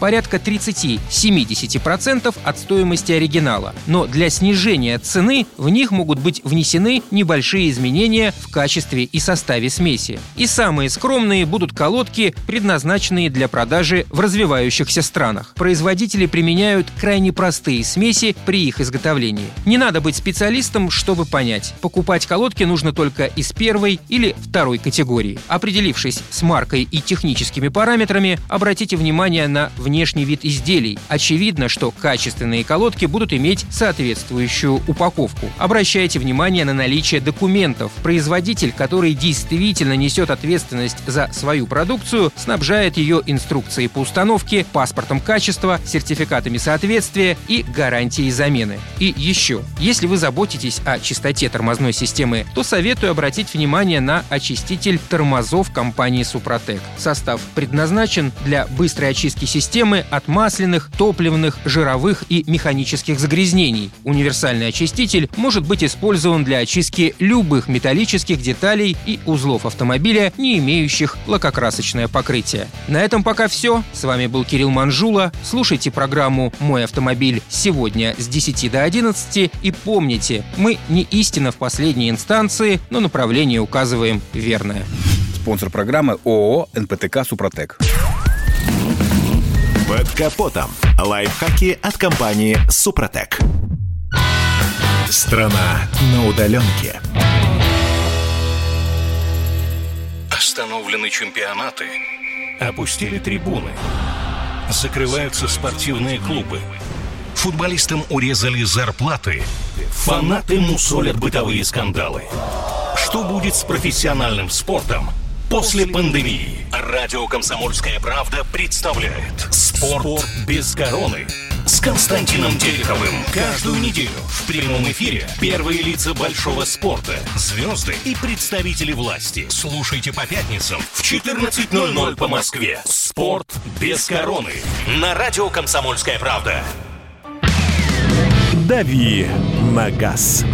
порядка 30-70% от стоимости оригинала. Но для снижения цены в них могут быть внесены небольшие изменения в качестве и составе смеси. И самые скромные будут колодки, предназначенные для продажи в развивающихся странах. Производители применяют крайне простые смеси при их изготовлении. Не надо быть специалистом, чтобы понять. Покупать колодки нужно только из первой или второй категории. Определившись с маркой и техническими параметрами, обратите внимание на внешний вид изделий. Очевидно, что качественные колодки будут иметь соответствующую упаковку. Обращайте внимание на наличие документов. Производитель, который действительно несет ответственность за свою продукцию, снабжает ее инструкцией по установке, паспортом качества, сертификатами соответствия и гарантией замены. И еще, если вы заботитесь о чистоте тормозной системы, то советую обратить внимание на очиститель тормозов компании Супротек. Состав предназначен для быстрой очистки системы от масляных, топливных, жировых и механических загрязнений. Универсальный очиститель может быть использован для очистки любых металлических деталей и узлов автомобиля, не имеющих лакокрасочное покрытие. На этом пока все. С вами был Кирилл Манжула. Слушайте программу «Мой автомобиль» сегодня с 10 до 11 и помните, мы не истина в последней инстанции, но направление указываем верное. Спонсор программы ООО «НПТК Супротек». Под капотом. Лайфхаки от компании «Супротек». Страна на удаленке. Остановлены чемпионаты. Опустили трибуны. Закрываются спортивные клубы. Футболистам урезали зарплаты. Фанаты мусолят бытовые скандалы. Что будет с профессиональным спортом после пандемии? Радио «Комсомольская правда» представляет «Спорт без короны» с Константином Тереховым. Каждую неделю в прямом эфире первые лица большого спорта, звезды и представители власти. Слушайте по пятницам в 14:00 по Москве. «Спорт без короны» на радио «Комсомольская правда». Дави на газ.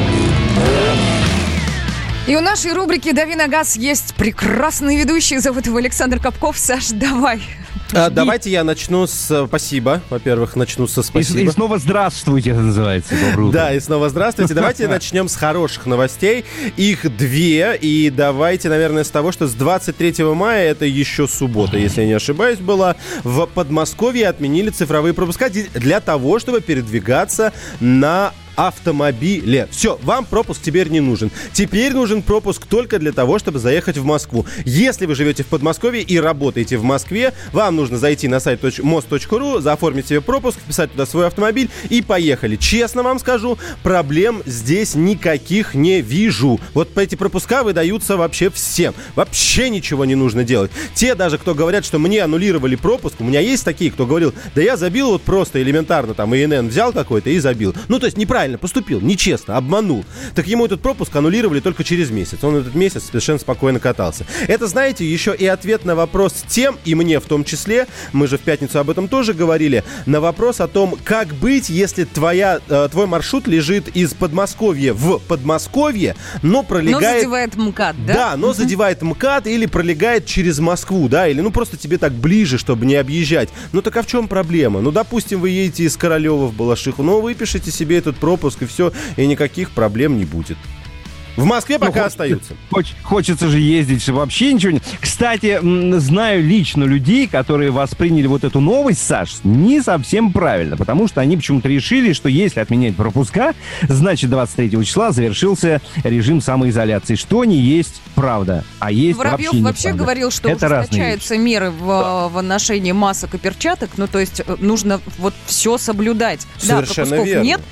И у нашей рубрики «Дави на газ» есть прекрасный ведущий, зовут его Александр Капков. Саш, давай. Давайте я начну с спасибо. Во-первых, начну со спасибо. И снова здравствуйте, это называется. Доброе утро. Да, и снова здравствуйте. Давайте начнем с хороших новостей. Их две. И давайте, наверное, с того, что с 23 мая, это еще суббота, если я не ошибаюсь, была, в Подмосковье отменили цифровые пропуска для того, чтобы передвигаться на автомобиле. Все, вам пропуск теперь не нужен. Теперь нужен пропуск только для того, чтобы заехать в Москву. Если вы живете в Подмосковье и работаете в Москве, вам нужно зайти на сайт most.ru, заоформить себе пропуск, вписать туда свой автомобиль и поехали. Честно вам скажу, проблем здесь никаких не вижу. Вот эти пропуска выдаются вообще всем. Вообще ничего не нужно делать. Те даже, кто говорят, что мне аннулировали пропуск, у меня есть такие, кто говорил, да я забил вот просто элементарно, там, ИНН взял какой-то и забил. Ну, то есть неправильно поступил, нечестно, обманул. Так ему этот пропуск аннулировали только через месяц. Он этот месяц совершенно спокойно катался. Это, знаете, еще и ответ на вопрос тем, и мне в том числе, мы же в пятницу об этом тоже говорили, на вопрос о том, как быть, если твой маршрут лежит из Подмосковья в Подмосковье, но пролегает... Но задевает МКАД, да? Да, но задевает МКАД или пролегает через Москву, да, или ну просто тебе так ближе, чтобы не объезжать. Ну так а в чем проблема? Ну, допустим, вы едете из Королева в Балашиху, но выпишите себе этот пропуск, и все, и никаких проблем не будет. В Москве пока остаются. Хочется же ездить, чтобы вообще ничего не... Кстати, знаю лично людей, которые восприняли вот эту новость, Саш, не совсем правильно, потому что они почему-то решили, что если отменять пропуска, значит 23 числа завершился режим самоизоляции, что не есть правда, а есть Воробьев вообще говорил, что ужесточаются меры в отношении масок и перчаток, ну то есть нужно вот все соблюдать. Совершенно пропусков верно. Нет.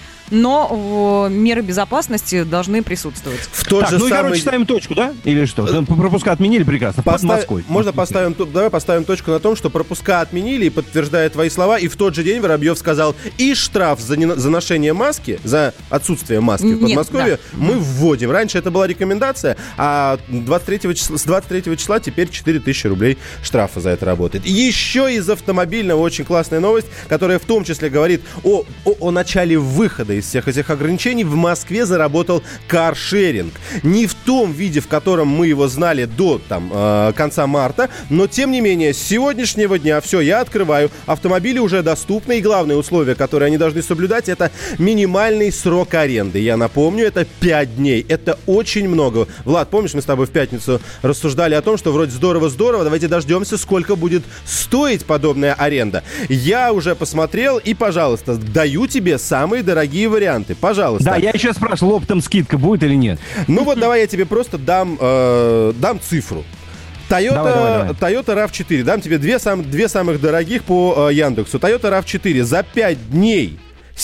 Но меры безопасности должны присутствовать. Короче, ставим точку, да? Или что? Пропуска отменили, прекрасно. Под Москвой. Давай поставим точку на том, что пропуска отменили, и подтверждая твои слова, и в тот же день Воробьев сказал, и штраф за ношение маски, за отсутствие маски в Подмосковье мы вводим. Раньше это была рекомендация, а с 23 числа теперь 4000 рублей штрафа за это работает. Еще из автомобильного очень классная новость, которая в том числе говорит о начале выхода из всех этих ограничений в Москве заработал каршеринг. Не в том виде, в котором мы его знали до конца марта, но тем не менее с сегодняшнего дня все, я открываю, автомобили уже доступны, и главное условие, которое они должны соблюдать, это минимальный срок аренды. Я напомню, это 5 дней. Это очень много. Влад, помнишь, мы с тобой в пятницу рассуждали о том, что вроде здорово-здорово, давайте дождемся, сколько будет стоить подобная аренда. Я уже посмотрел и, пожалуйста, даю тебе самые дорогие варианты. Пожалуйста. Да, я еще спрашивал, оптом скидка будет или нет? Ну вот давай я тебе просто дам цифру. Toyota RAV4. Дам тебе две самых дорогих по Яндексу. Toyota RAV4 за 5 дней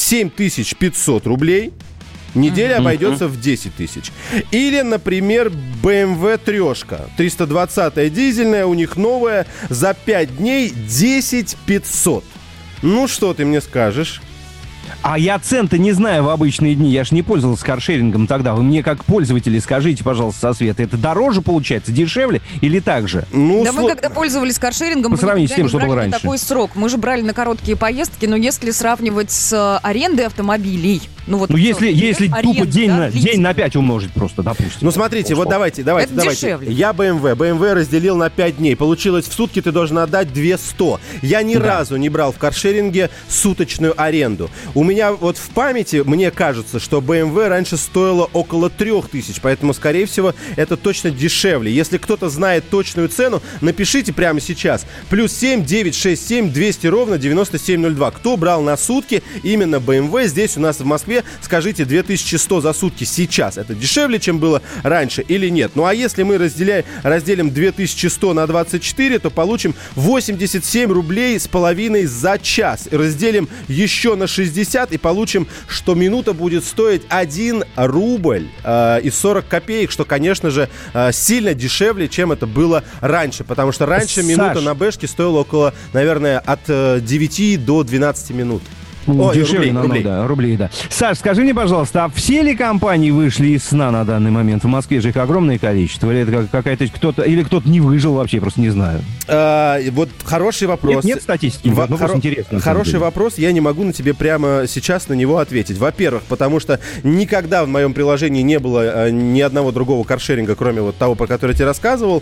7500 рублей. Неделя обойдется в 10 тысяч. Или, например, BMW трешка. 320-я дизельная, у них новая. За 5 дней 10 500. Ну, что ты мне скажешь? А я цен-то не знаю в обычные дни. Я ж не пользовался каршерингом тогда. Вы мне как пользователи скажите, пожалуйста, со Света, это дороже получается, дешевле или так же? Мы когда пользовались каршерингом, по сравнению с тем, что было раньше. Такой срок. Мы же брали на короткие поездки, но если сравнивать с арендой автомобилей... если тупо день на 5 умножить просто, допустим. Ну, смотрите, вот давайте. Дешевле. Я BMW разделил на 5 дней. Получилось, в сутки ты должен отдать 200. Я ни разу не брал в каршеринге суточную аренду. У меня вот в памяти, мне кажется, что BMW раньше стоила около 3000, поэтому, скорее всего, это точно дешевле. Если кто-то знает точную цену, напишите прямо сейчас. +7 967 200 ровно 9702. Кто брал на сутки именно BMW здесь у нас в Москве? Скажите, 2100 за сутки сейчас. Это дешевле, чем было раньше или нет? Ну, а если мы разделим 2100 на 24, то получим 87 рублей с половиной за час. Разделим еще на 60 и получим, что минута будет стоить 1 рубль и 40 копеек, что, конечно же, сильно дешевле, чем это было раньше. Потому что раньше минута на бэшке стоила около, наверное, от 9 до 12 минут. Дешевле рублей, да. Саш, скажи мне, пожалуйста, а все ли компании вышли из сна на данный момент? В Москве же их огромное количество. Или это какая-то кто-то не выжил вообще, просто не знаю. Вот хороший вопрос. Нет статистики, просто интересно. Хороший вопрос, я не могу на тебе прямо сейчас на него ответить. Во-первых, потому что никогда в моем приложении не было ни одного другого каршеринга, кроме вот того, про который я тебе рассказывал.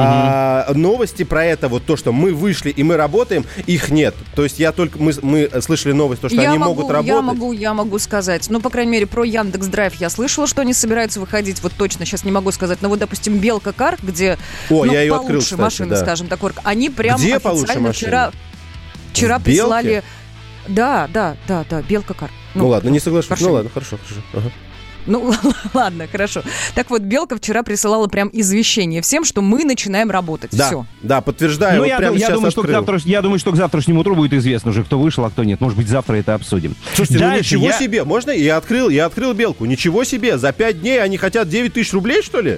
Новости про это, вот то, что мы вышли и мы работаем, их нет. То есть мы слышали новость, то, что они могут работать. Я могу сказать. Ну, по крайней мере, про Яндекс.Драйв я слышала, что они собираются выходить. Вот точно сейчас не могу сказать. Но вот, допустим, Белка Кар, где я ее получше открыл, кстати, машины, скажем, такой, они прям где официально вчера прислали... Да, Белка Кар. Ну ладно, не соглашусь. Ну ладно, хорошо. Ага. Ну, ладно, хорошо. Так вот, Белка вчера присылала прям извещение всем, что мы начинаем работать. Да, все. Да, подтверждаю. Ну, я думаю, что к завтрашнему утру будет известно уже, кто вышел, а кто нет. Может быть, завтра это обсудим. Слушайте, ничего себе. Можно? Я открыл Белку. Ничего себе. За 5 дней они хотят 9 тысяч рублей, что ли?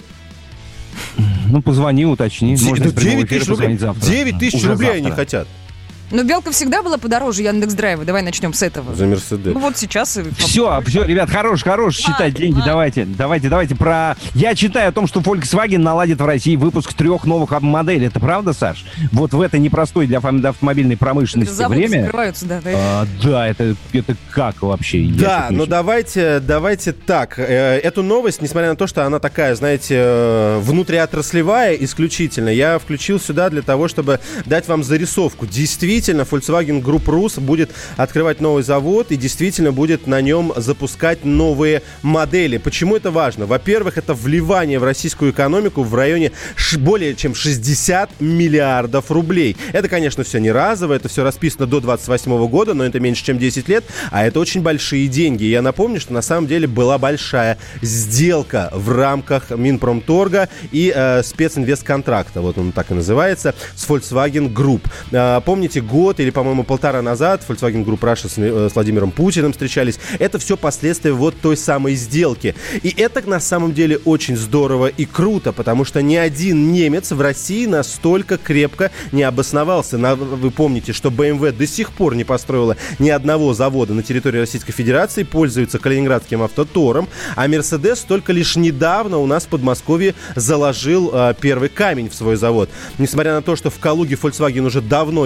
Ну, позвони, уточни. Можно 9 тысяч рублей. 9 тысяч рублей они хотят. Но Белка всегда была подороже Яндекс.Драйва. Давай начнем с этого. За Мерседес. Ну вот сейчас... Все, ребят, хорош считать деньги. Давайте про... Я читаю о том, что Volkswagen наладит в России выпуск 3 новых моделей. Это правда, Саш? Вот в это непростое для автомобильной промышленности время... закрываются, да. Да, это как вообще? Да, но давайте так. Эту новость, несмотря на то, что она такая, знаете, внутриотраслевая исключительно, я включил сюда для того, чтобы дать вам зарисовку. Действительно, Volkswagen Group Rus будет открывать новый завод и действительно будет на нем запускать новые модели. Почему это важно? Во-первых, это вливание в российскую экономику в районе более чем 60 миллиардов рублей. Это, конечно, все не разово, это все расписано до 2028 года, но это меньше, чем 10 лет, а это очень большие деньги. Я напомню, что на самом деле была большая сделка в рамках Минпромторга и специнвестконтракта, вот он так и называется, с Volkswagen Group. Помните, год или, по-моему, полтора назад Volkswagen Group Russia с Владимиром Путиным встречались. Это все последствия вот той самой сделки. И это на самом деле очень здорово и круто, потому что ни один немец в России настолько крепко не обосновался. Вы помните, что BMW до сих пор не построила ни одного завода на территории Российской Федерации, пользуется Калининградским автотором, а Mercedes только лишь недавно у нас в Подмосковье заложил первый камень в свой завод. Несмотря на то, что в Калуге Volkswagen уже давно и плотно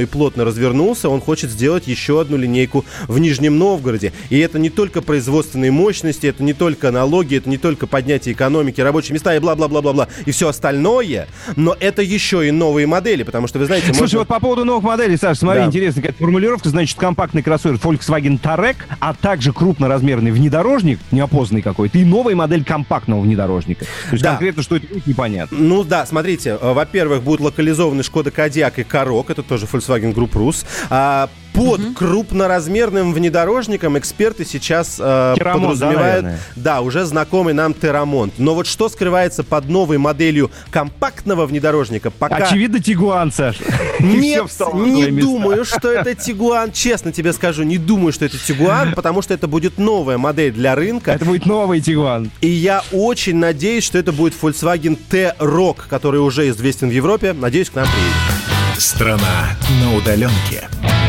развернулся, он хочет сделать еще одну линейку в Нижнем Новгороде. И это не только производственные мощности, это не только налоги, это не только поднятие экономики, рабочие места и бла-бла-бла-бла-бла, и все остальное, но это еще и новые модели, потому что, вы знаете... Слушай, вот по поводу новых моделей, Саш, смотри, интересная какая-то формулировка, значит, компактный кроссовер Volkswagen Touareg, а также крупноразмерный внедорожник, неопознанный какой-то, и новая модель компактного внедорожника. То есть конкретно, что это будет, непонятно. Ну да, смотрите, во-первых, будут локализованы Шкода Кодиак и Корок, это тоже Volkswagen Group Rus. Под крупноразмерным внедорожником эксперты сейчас подразумевают, уже знакомый нам Террамонт. Но вот что скрывается под новой моделью компактного внедорожника, пока... Очевидно, Тигуан, Саш. Нет, не думаю, что это Тигуан. Честно тебе скажу, не думаю, что это Тигуан, потому что это будет новая модель для рынка. Это будет новый Тигуан. И я очень надеюсь, что это будет Volkswagen T-Roc, который уже известен в Европе. Надеюсь, к нам приедет. Страна на удаленке.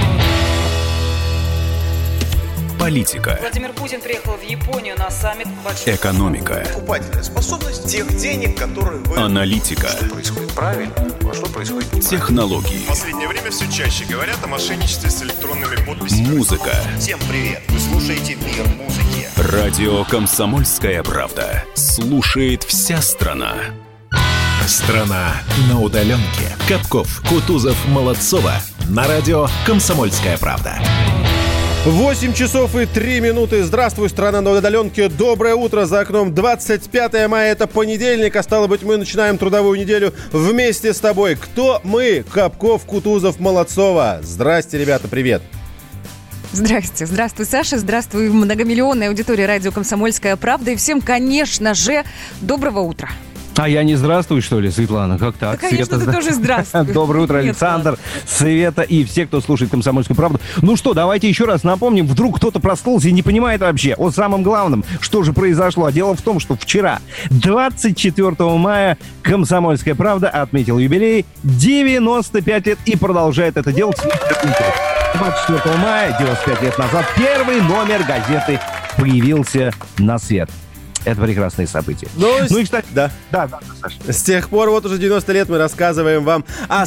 Политика. Владимир Путин приехал в Японию на саммит большой... Экономика. Покупательная способность тех денег, которые вы... Аналитика. Что происходит правильно, а что происходит неправильно. Технологии. В последнее время все чаще говорят о мошенничестве с электронными подписями. Музыка. Всем привет. Вы слушаете «Мир музыки». Радио «Комсомольская правда». Слушает вся страна. Страна на удаленке. Капков, Кутузов, Молодцова. На радио «Комсомольская правда». 8 часов и 3 минуты. Здравствуй, страна на удаленке. Доброе утро. За окном 25 мая. Это понедельник, а стало быть, мы начинаем трудовую неделю вместе с тобой. Кто мы? Капков, Кутузов, Молодцова. Здрасте, ребята, привет. Здрасте. Здравствуй, Саша. Здравствуй, многомиллионная аудитория радио «Комсомольская правда». И всем, конечно же, доброго утра. А я не здравствуй, что ли, Светлана? Как так? Да, конечно, ты тоже здравствуй. Доброе утро, Александр, Света и все, кто слушает «Комсомольскую правду». Ну что, давайте еще раз напомним. Вдруг кто-то проснулся и не понимает вообще о самом главном, что же произошло. Дело в том, что вчера, 24 мая, «Комсомольская правда» отметила юбилей 95 лет и продолжает это делать. 24 мая, 95 лет назад, первый номер газеты появился на свет. Это прекрасные события. Ну и, кстати, да, Саша. С тех пор, вот уже 90 лет мы рассказываем вам о...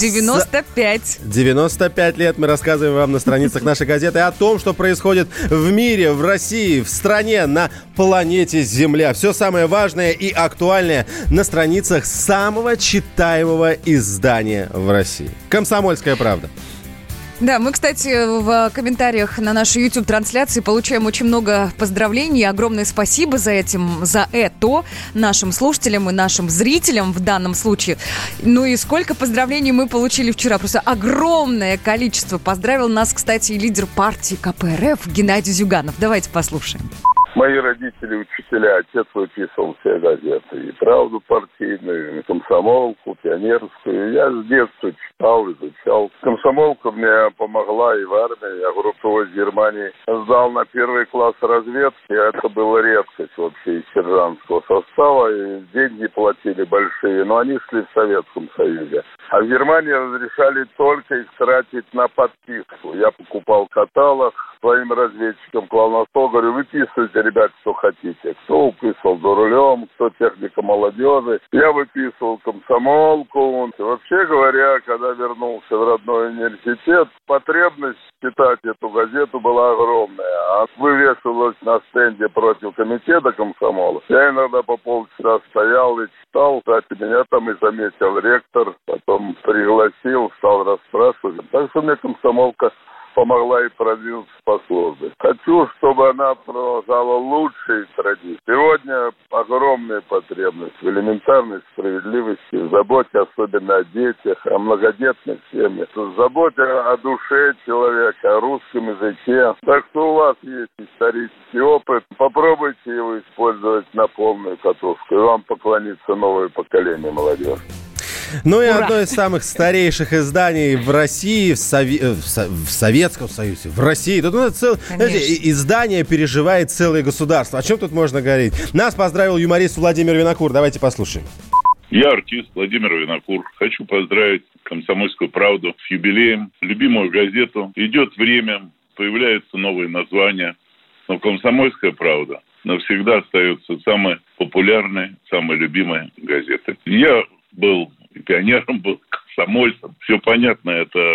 95 лет мы рассказываем вам на страницах нашей газеты о том, что происходит в мире, в России, в стране, на планете Земля. Все самое важное и актуальное на страницах самого читаемого издания в России. «Комсомольская правда». Да, мы, кстати, в комментариях на нашей YouTube-трансляции получаем очень много поздравлений. Огромное спасибо за это нашим слушателям и нашим зрителям в данном случае. Ну и сколько поздравлений мы получили вчера. Просто огромное количество. Поздравил нас, кстати, и лидер партии КПРФ Геннадий Зюганов. Давайте послушаем. Мои родители учителя, отец выписывал все газеты. И «Правду» партийную, и «Комсомолку», «Пионерскую». Я с детства читал, изучал. «Комсомолка» мне помогла и в армии. Я группу из Германии сдал на первый класс разведки. Это была редкость вообще из сержантского состава. И деньги платили большие, но они шли в Советском Союзе. А в Германии разрешали только их тратить на подписку. Я покупал каталог, своим разведчикам клал на стол, говорю, выписывайте, ребят, что хотите. Кто выписывал «За рулем», кто «Техника молодежи». Я выписывал «Комсомолку». Вообще говоря, когда вернулся в родной университет, потребность читать эту газету была огромная. А вывешивалась на стенде против комитета комсомола. Я иногда по полчаса стоял и читал. Кстати, меня там и заметил ректор, потом пригласил, стал расспрашивать. Так что мне комсомолка помогла и продвинуться по службе. Хочу, чтобы она продолжала лучшие традиции. Сегодня огромная потребность в элементарной справедливости, в заботе особенно о детях, о многодетных семьях, в заботе о душе человека, о русском языке. Так что у вас есть исторический опыт. Попробуйте его использовать на полную катушку. И вам поклонится новое поколение молодежи. Ну и одно из самых старейших изданий в России, в Советском Союзе, в России. Тут издание переживает целое государство. О чем тут можно говорить? Нас поздравил юморист Владимир Винокур. Давайте послушаем. Я артист Владимир Винокур. Хочу поздравить «Комсомольскую правду» с юбилеем, любимую газету. Идет время, появляются новые названия. Но «Комсомольская правда» навсегда остается самой популярной, самой любимой газетой. Я был и пионером, был комсомольцем. Все понятно, это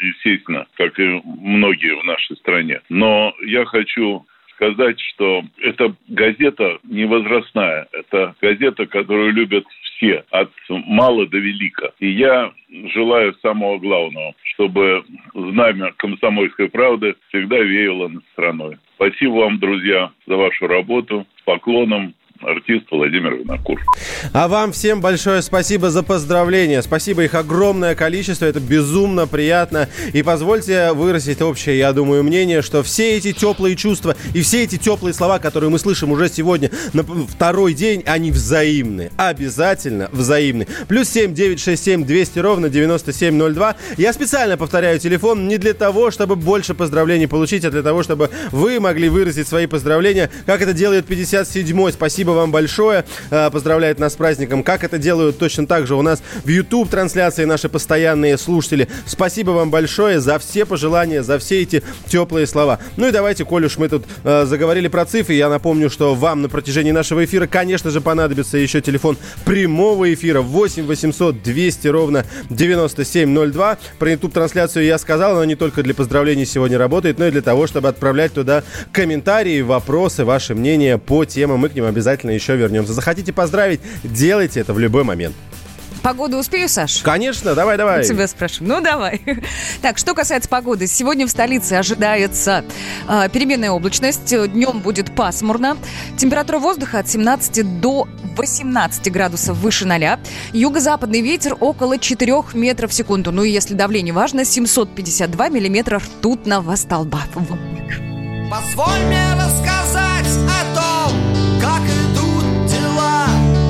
естественно, как и многие в нашей стране. Но я хочу сказать, что эта газета не возрастная. Это газета, которую любят все, от мала до велика. И я желаю самого главного, чтобы знамя «Комсомольской правды» всегда веяло над страной. Спасибо вам, друзья, за вашу работу. С поклоном. Артист Владимир Винокур. А вам всем большое спасибо за поздравления. Спасибо, их огромное количество. Это безумно приятно. И позвольте выразить общее, я думаю, мнение, что все эти теплые чувства и все эти теплые слова, которые мы слышим уже сегодня на второй день, они взаимны. Обязательно взаимны. +7 967 200 ровно 9702. Я специально повторяю телефон не для того, чтобы больше поздравлений получить, а для того, чтобы вы могли выразить свои поздравления, как это делает 57-й. Спасибо вам большое. Поздравляет нас с праздником. Как это делают точно так же у нас в YouTube трансляции наши постоянные слушатели. Спасибо вам большое за все пожелания, за все эти теплые слова. Ну и давайте, коль уж мы тут заговорили про цифры, я напомню, что вам на протяжении нашего эфира, конечно же, понадобится еще телефон прямого эфира 8 800 200 ровно 9702. Про YouTube трансляцию я сказал, но не только для поздравлений сегодня работает, но и для того, чтобы отправлять туда комментарии, вопросы, ваши мнения по темам. Мы к ним обязательно еще вернемся. Захотите поздравить, делайте это в любой момент. Погоду успею, Саш? Конечно, давай. Я тебя спрашиваю. Ну, давай. Так, что касается погоды. Сегодня в столице ожидается переменная облачность. Днем будет пасмурно. Температура воздуха от 17 до 18 градусов выше 0. Юго-западный ветер около 4 метров в секунду. Ну и если давление важно, 752 миллиметра ртутного столба. Позволь мне рассказать о том, как идут дела.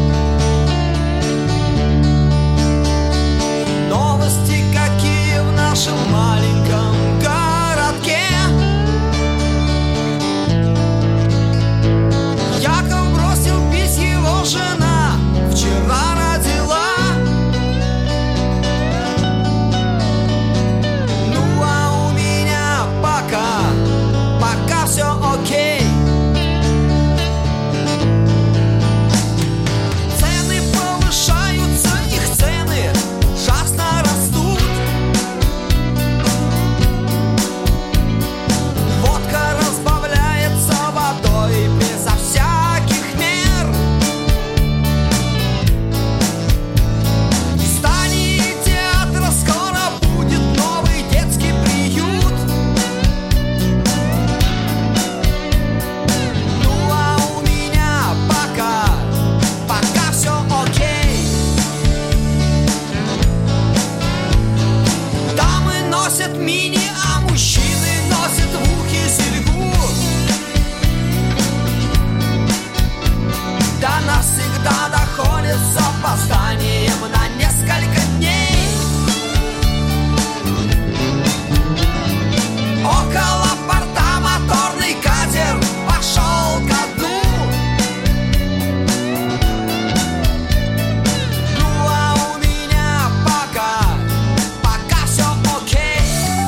Новости какие в нашем маленьком городке. Яков бросил пить, его жена вчера родила. Ну а у меня пока все окей. Цены повышаются, их цены ужасно растут. Водка разбавляется водой безо всяких мер. В здании театра скоро будет новый детский приют. Ну а у меня пока все окей. Дамы носят мини, а мужчины носят в ухе серьгу. До нас всегда доходит с опозданием на несколько дней. Около порта моторный катер пошел ко дну. Ну а у меня пока все окей.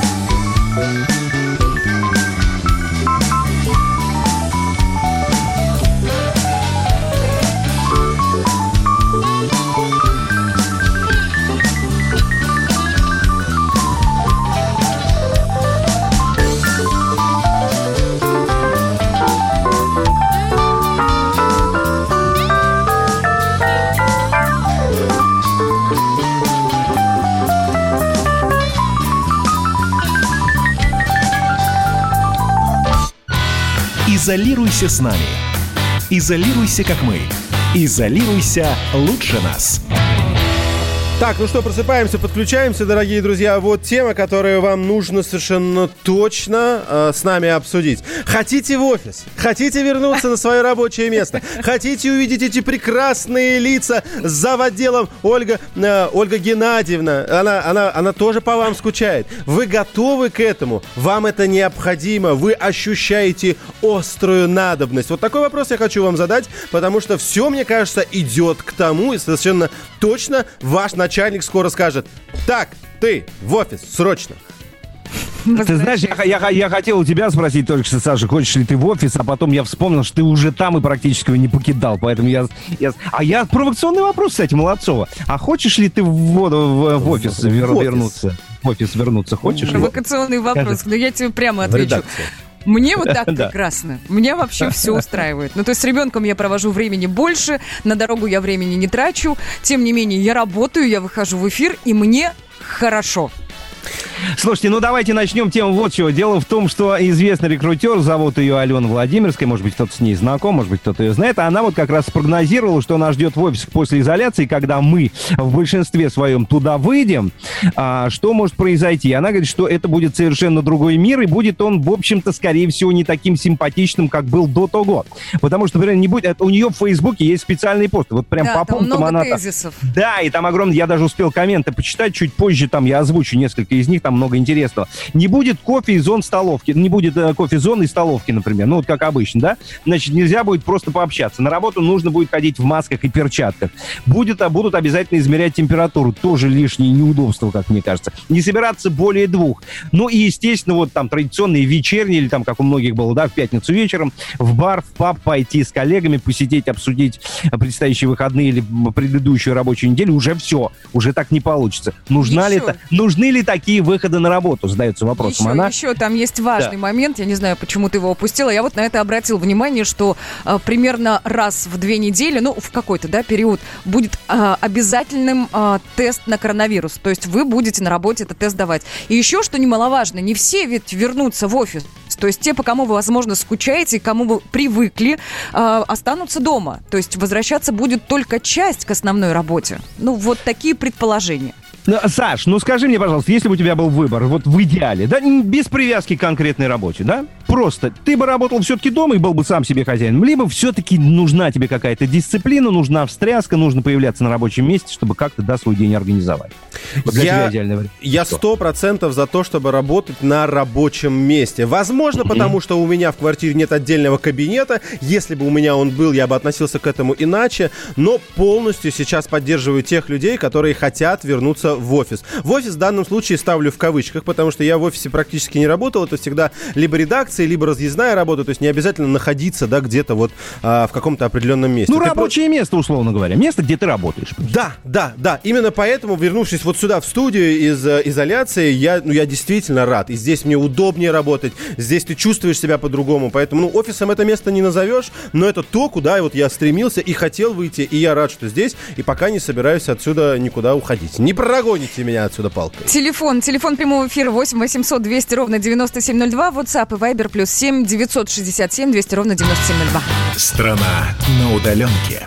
Изолируйся с нами. Изолируйся, как мы. Изолируйся лучше нас. Так, ну что, просыпаемся, подключаемся, дорогие друзья. Вот тема, которую вам нужно совершенно точно с нами обсудить. Хотите в офис? Хотите вернуться на свое рабочее место? Хотите увидеть эти прекрасные лица с завотделом Ольга Геннадьевна? Она тоже по вам скучает. Вы готовы к этому? Вам это необходимо? Вы ощущаете острую надобность? Вот такой вопрос я хочу вам задать, потому что все, мне кажется, идет к тому, и совершенно точно ваш начальник скоро скажет: так, ты в офис, срочно. Ты знаешь, я хотел у тебя спросить только что, Саша, хочешь ли ты в офис, а потом я вспомнил, что ты уже там и практически его не покидал, поэтому я провокационный вопрос, кстати, Молодцова. А хочешь ли ты в офис вернуться? в офис вернуться хочешь? Провокационный вопрос, но я тебе прямо отвечу. Мне вот так прекрасно. Мне вообще все устраивает. Ну, то есть с ребенком я провожу времени больше, на дорогу я времени не трачу. Тем не менее, я работаю, я выхожу в эфир, и мне хорошо. Слушайте, ну давайте начнем тему вот чего. Дело в том, что известный рекрутер, зовут ее Алена Владимирская, может быть, кто-то с ней знаком, может быть, кто-то ее знает, она вот как раз спрогнозировала, что нас ждет в офисах после изоляции, когда мы в большинстве своем туда выйдем, что может произойти. Она говорит, что это будет совершенно другой мир, и будет он, в общем-то, скорее всего, не таким симпатичным, как был до того. Потому что, например, не будет... У нее в Фейсбуке есть специальные посты, вот прям по пунктам она... тезисов. Да, и там огромное... Я даже успел комменты почитать, чуть позже там я озвучу несколько из них, там много интересного. Не будет кофе и зон столовки, не будет кофе-зон и столовки, например, ну вот как обычно, да? Значит, нельзя будет просто пообщаться. На работу нужно будет ходить в масках и перчатках. Будут обязательно измерять температуру, тоже лишние неудобства, как мне кажется. Не собираться более 2. Ну и, естественно, вот там традиционные вечерние, или там, как у многих было, да, в пятницу вечером, в бар, в паб пойти с коллегами, посидеть, обсудить предстоящие выходные или предыдущую рабочую неделю, уже все, уже так не получится. Нужны ли такие выходы на работу, задается вопросом она. Еще там есть важный момент, я не знаю, почему ты его упустила, я вот на это обратил внимание, что примерно раз в 2 недели, ну, в какой-то, да, период, будет обязательным тест на коронавирус, то есть вы будете на работе этот тест давать. И еще, что немаловажно, не все ведь вернутся в офис, то есть те, по кому вы, возможно, скучаете, к кому вы привыкли, останутся дома, то есть возвращаться будет только часть к основной работе. Ну, вот такие предположения. Саш, ну скажи мне, пожалуйста, если бы у тебя был выбор, вот в идеале, да, без привязки к конкретной работе, да, просто ты бы работал все-таки дома и был бы сам себе хозяином, либо все-таки нужна тебе какая-то дисциплина, нужна встряска, нужно появляться на рабочем месте, чтобы как-то, да, свой день организовать. Вот я 100% за то, чтобы работать на рабочем месте. Возможно, потому что у меня в квартире нет отдельного кабинета. Если бы у меня он был, я бы относился к этому иначе. Но полностью сейчас поддерживаю тех людей, которые хотят вернуться в офис. В офис в данном случае ставлю в кавычках, потому что я в офисе практически не работал. Это всегда либо редакция, либо разъездная работа. То есть не обязательно находиться, да, где-то вот в каком-то определенном месте. Ну, рабочее место, условно говоря. Место, где ты работаешь. Да. Именно поэтому, вернувшись вот сюда в студию из изоляции, я действительно рад. И здесь мне удобнее работать. Здесь ты чувствуешь себя по-другому. Поэтому, офисом это место не назовешь, но это то, куда вот я стремился и хотел выйти. И я рад, что здесь. И пока не собираюсь отсюда никуда уходить. Не прогоните меня отсюда палкой. Телефон прямого эфира 8 800 200 ровно 9702. WhatsApp и Viber +7 967 200 ровно 9702. Страна на удаленке.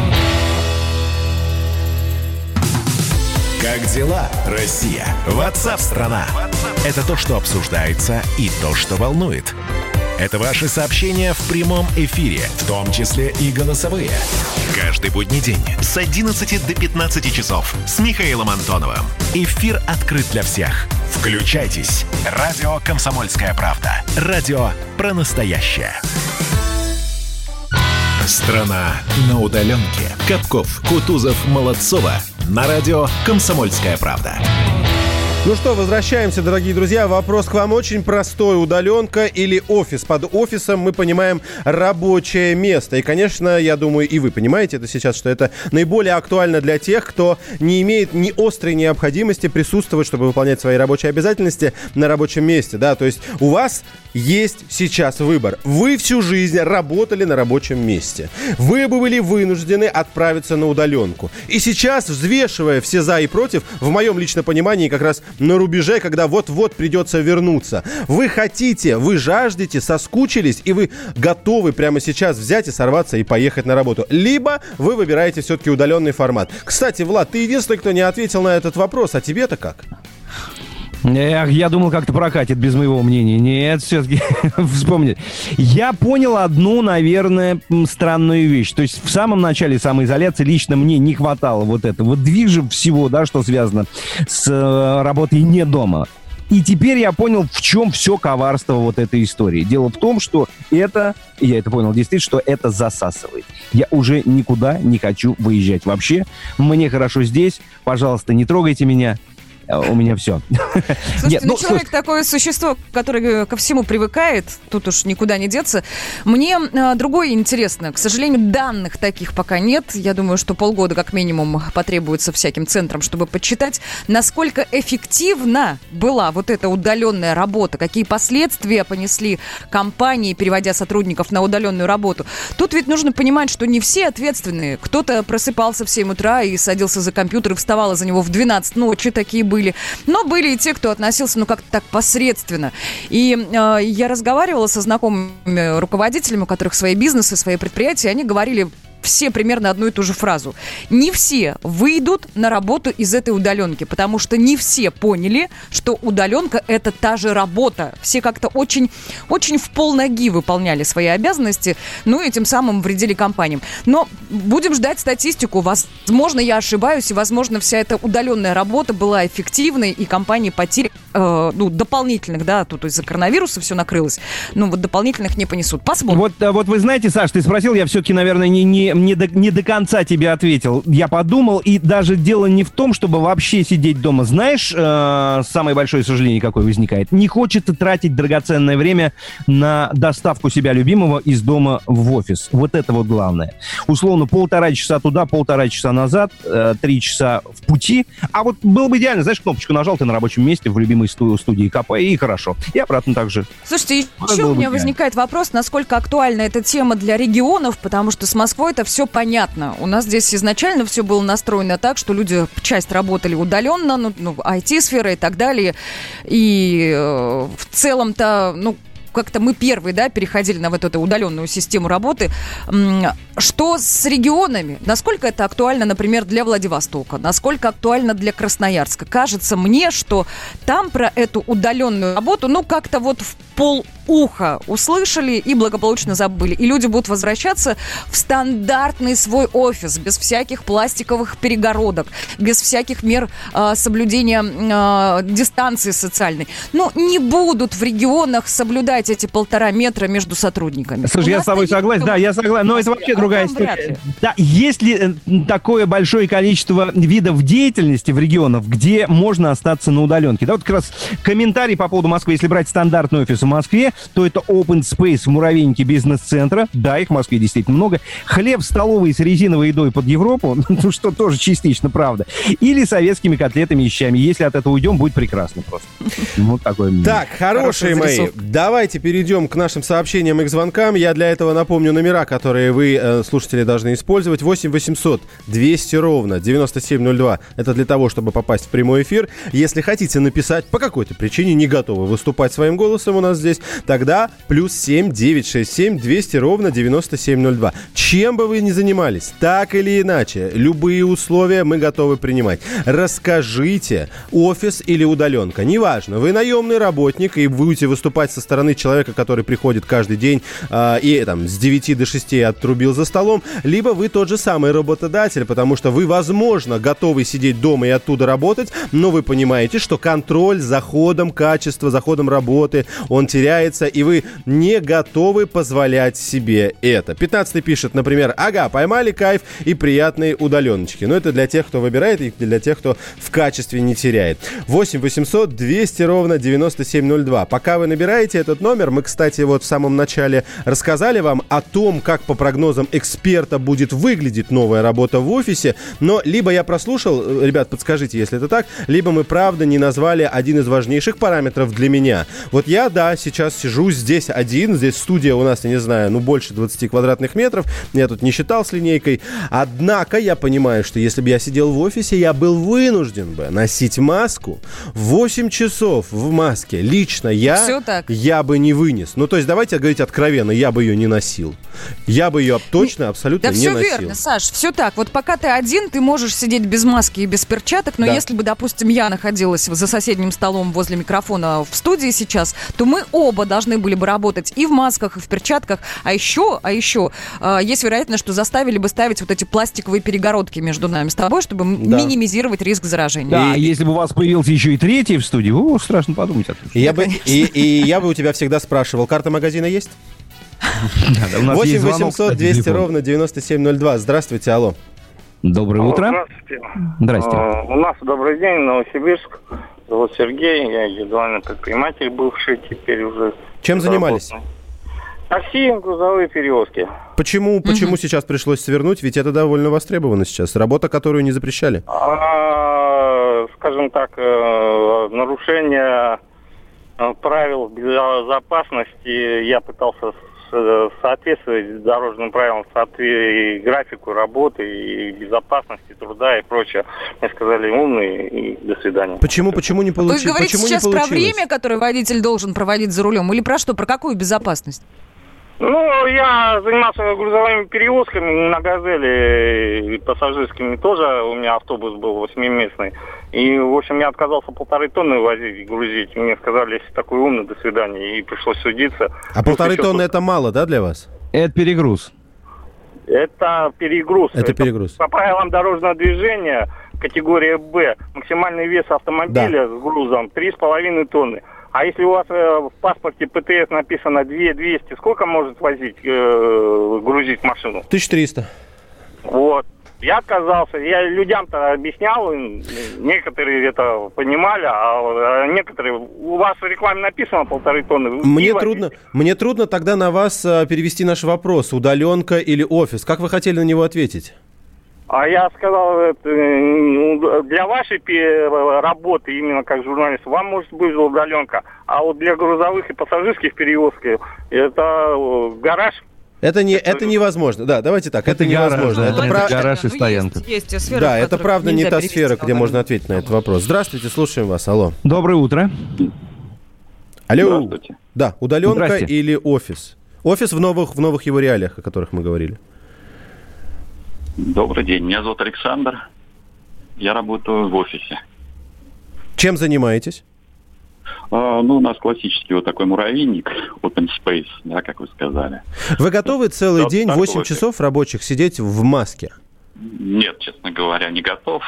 Как дела, Россия? WhatsApp-страна. Это то, что обсуждается, и то, что волнует. Это ваши сообщения в прямом эфире, в том числе и голосовые. Каждый будний день с 11 до 15 часов с Михаилом Антоновым. Эфир открыт для всех. Включайтесь. Радио «Комсомольская правда». Радио про настоящее. Страна на удаленке. Капков, Кутузов, Молодцова. На радио «Комсомольская правда». Ну что, возвращаемся, дорогие друзья. Вопрос к вам очень простой. Удаленка или офис? Под офисом мы понимаем рабочее место. И, конечно, я думаю, и вы понимаете это сейчас, что это наиболее актуально для тех, кто не имеет ни острой необходимости присутствовать, чтобы выполнять свои рабочие обязательности на рабочем месте. Да? То есть у вас есть сейчас выбор. Вы всю жизнь работали на рабочем месте. Вы бы были вынуждены отправиться на удаленку. И сейчас, взвешивая все за и против, в моем личном понимании как раз на рубеже, когда вот-вот придется вернуться. Вы хотите, вы жаждете, соскучились, и вы готовы прямо сейчас взять и сорваться и поехать на работу. Либо вы выбираете все-таки удаленный формат. Кстати, Влад, ты единственный, кто не ответил на этот вопрос. А тебе-то как? Я думал, как-то прокатит без моего мнения. Нет, все-таки вспомнить. Я понял одну, наверное, странную вещь. То есть в самом начале самоизоляции лично мне не хватало вот этого движа всего, да, что связано с работой не дома. И теперь я понял, в чем все коварство вот этой истории. Дело в том, что я это понял действительно, что это засасывает. Я уже никуда не хочу выезжать вообще. Мне хорошо здесь. Пожалуйста, не трогайте меня. У меня все. Слушайте, человек такое существо, которое ко всему привыкает, тут уж никуда не деться. Мне другое интересно. К сожалению, данных таких пока нет. Я думаю, что полгода как минимум потребуется всяким центрам, чтобы подсчитать, насколько эффективна была вот эта удаленная работа, какие последствия понесли компании, переводя сотрудников на удаленную работу. Тут ведь нужно понимать, что не все ответственные. Кто-то просыпался в 7 утра и садился за компьютер и вставал из-за него в 12 ночи, такие были. Но были и те, кто относился, как-то так посредственно. И я разговаривала со знакомыми руководителями, у которых свои бизнесы, свои предприятия, они говорили все примерно одну и ту же фразу. Не все выйдут на работу из этой удаленки, потому что не все поняли, что удаленка – это та же работа. Все как-то очень, очень в полноги выполняли свои обязанности, и тем самым вредили компаниям. Но будем ждать статистику. Возможно, я ошибаюсь, и, возможно, вся эта удаленная работа была эффективной, и компании потерь дополнительных, тут из-за коронавируса все накрылось, дополнительных не понесут. Посмотрим. Вот вы знаете, Саш, ты спросил, я все-таки, наверное, не до конца тебе ответил. Я подумал, и даже дело не в том, чтобы вообще сидеть дома. Знаешь, самое большое сожаление какое возникает? Не хочется тратить драгоценное время на доставку себя любимого из дома в офис. Вот это вот главное. Условно, 1,5 часа туда, 1,5 часа назад, 3 часа в пути. А вот было бы идеально, знаешь, кнопочку нажал ты на рабочем месте в любимой студии КП, и хорошо. И обратно так же. Слушайте, еще у меня возникает вопрос, насколько актуальна эта тема для регионов, потому что с Москвой это все понятно. У нас здесь изначально все было настроено так, что люди, часть работали удаленно, IT-сфера и так далее. И в целом-то, как-то мы первые, переходили на вот эту удаленную систему работы. Что с регионами? Насколько это актуально, например, для Владивостока? Насколько актуально для Красноярска? Кажется мне, что там про эту удаленную работу, как-то в полуха услышали и благополучно забыли. И люди будут возвращаться в стандартный свой офис, без всяких пластиковых перегородок, без всяких мер соблюдения дистанции социальной. Не будут в регионах соблюдать эти 1,5 метра между сотрудниками. Слушай, я с тобой согласен, я согласен, но это вообще другая история. Да, есть ли такое большое количество видов деятельности в регионах, где можно остаться на удаленке? Да, вот как раз комментарий по поводу Москвы. Если брать стандартный офис в Москве, то это open space в муравейнике бизнес-центра. Да, их в Москве действительно много. Хлеб в столовой с резиновой едой под Европу, что тоже частично правда. Или советскими котлетами и щами. Если от этого уйдем, будет прекрасно просто. Вот такое. Так, хорошие мои, давайте перейдем к нашим сообщениям и к звонкам. Я для этого напомню номера, которые вы, слушатели, должны использовать. 8 800 200 ровно 9702. Это для того, чтобы попасть в прямой эфир. Если хотите написать, по какой-то причине не готовы выступать своим голосом у нас здесь, тогда +7 967 200 ровно 9702. Чем бы вы ни занимались, так или иначе, любые условия мы готовы принимать. Расскажите, офис или удаленка, неважно, вы наемный работник и будете выступать со стороны человека, который приходит каждый день и с 9 до 6 отрубил за столом, либо вы тот же самый работодатель, потому что вы, возможно, готовы сидеть дома и оттуда работать, но вы понимаете, что контроль за ходом качества, за ходом работы, он теряется, и вы не готовы позволять себе это. 15-й пишет, например, поймали кайф и приятные удаленочки. Но это для тех, кто выбирает, и для тех, кто в качестве не теряет. 8 800 200 ровно 9702. Пока вы набираете этот номер, мы, кстати, в самом начале рассказали вам о том, как по прогнозам эксперта будет выглядеть новая работа в офисе, но либо я прослушал, ребят, подскажите, если это так, либо мы, правда, не назвали один из важнейших параметров для меня. Я, сейчас сижу здесь один, здесь студия у нас, я не знаю, больше 20 квадратных метров, я тут не считал с линейкой, однако я понимаю, что если бы я сидел в офисе, я был вынужден бы носить маску 8 часов в маске. Лично я бы не вынес. То есть давайте говорить откровенно, я бы ее не носил. Я бы ее точно, абсолютно не носил. Да все верно, Саш, все так. Пока ты один, ты можешь сидеть без маски и без перчаток, но если бы, допустим, я находилась за соседним столом возле микрофона в студии сейчас, то мы оба должны были бы работать и в масках, и в перчатках. А еще есть вероятность, что заставили бы ставить эти пластиковые перегородки между нами с тобой, чтобы минимизировать риск заражения. Да, если бы у вас появился еще и третий в студии, страшно подумать. Я бы у тебя всегда спрашивал, карта магазина есть? 8 800 200 ровно 9702. Здравствуйте, алло. Доброе утро. Здравствуйте. Здрасте. У нас добрый день, Новосибирск. Зовут Сергей, я индивидуальный предприниматель бывший, теперь уже... Чем занимались? Такси, грузовые перевозки. Почему сейчас пришлось свернуть? Ведь это довольно востребовано сейчас. Работа, которую не запрещали. Скажем так, нарушение правил безопасности. Я пытался соответствовать дорожным правилам, соответствовать графику работы и безопасности труда и прочее. Мне сказали умный и до свидания. Почему не получилось? Вы говорите сейчас про время, которое водитель должен проводить за рулем, или про что? Про какую безопасность? Я занимался грузовыми перевозками на «Газели» и пассажирскими тоже. У меня автобус был 8-местный. И, в общем, я отказался 1,5 тонны возить и грузить. Мне сказали, если такой умный, до свидания. И пришлось судиться. А 1,5 тонны это мало, да, для вас? Это перегруз. Это перегруз. Это перегруз. По правилам дорожного движения категория «Б». Максимальный вес автомобиля с грузом 3,5 тонны. А если у вас в паспорте ПТС написано 2200, сколько может возить, грузить машину? 1300. Вот. Я отказался. Я людям-то объяснял, некоторые это понимали, а некоторые... У вас в рекламе написано 1,5 тонны. Мне трудно тогда на вас перевести наш вопрос. Удаленка или офис? Как вы хотели на него ответить? А я сказал, для вашей работы, именно как журналист, вам может быть удаленка. А вот для грузовых и пассажирских перевозок это гараж. Это невозможно. Да, давайте так, это невозможно. Это гараж и стоянка. Есть сфера, да, это правда не та сфера, где можно ответить на этот вопрос. Здравствуйте, слушаем вас. Алло. Доброе утро. Алло. Здравствуйте. Да, удаленка или офис? Офис в новых его реалиях, о которых мы говорили. Добрый день, меня зовут Александр. Я работаю в офисе. Чем занимаетесь? У нас классический вот такой муравейник, open space, да, как вы сказали. Вы готовы целый день, 8 часов рабочих, сидеть в маске? Нет, честно говоря, не готов.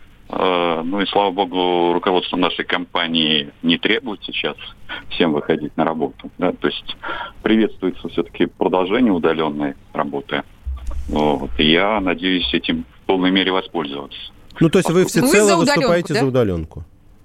И слава богу, руководство нашей компании не требует сейчас всем выходить на работу. Да? То есть приветствуется все-таки продолжение удаленной работы. И я надеюсь этим в полной мере воспользоваться. То есть вы всецело выступаете за удаленку?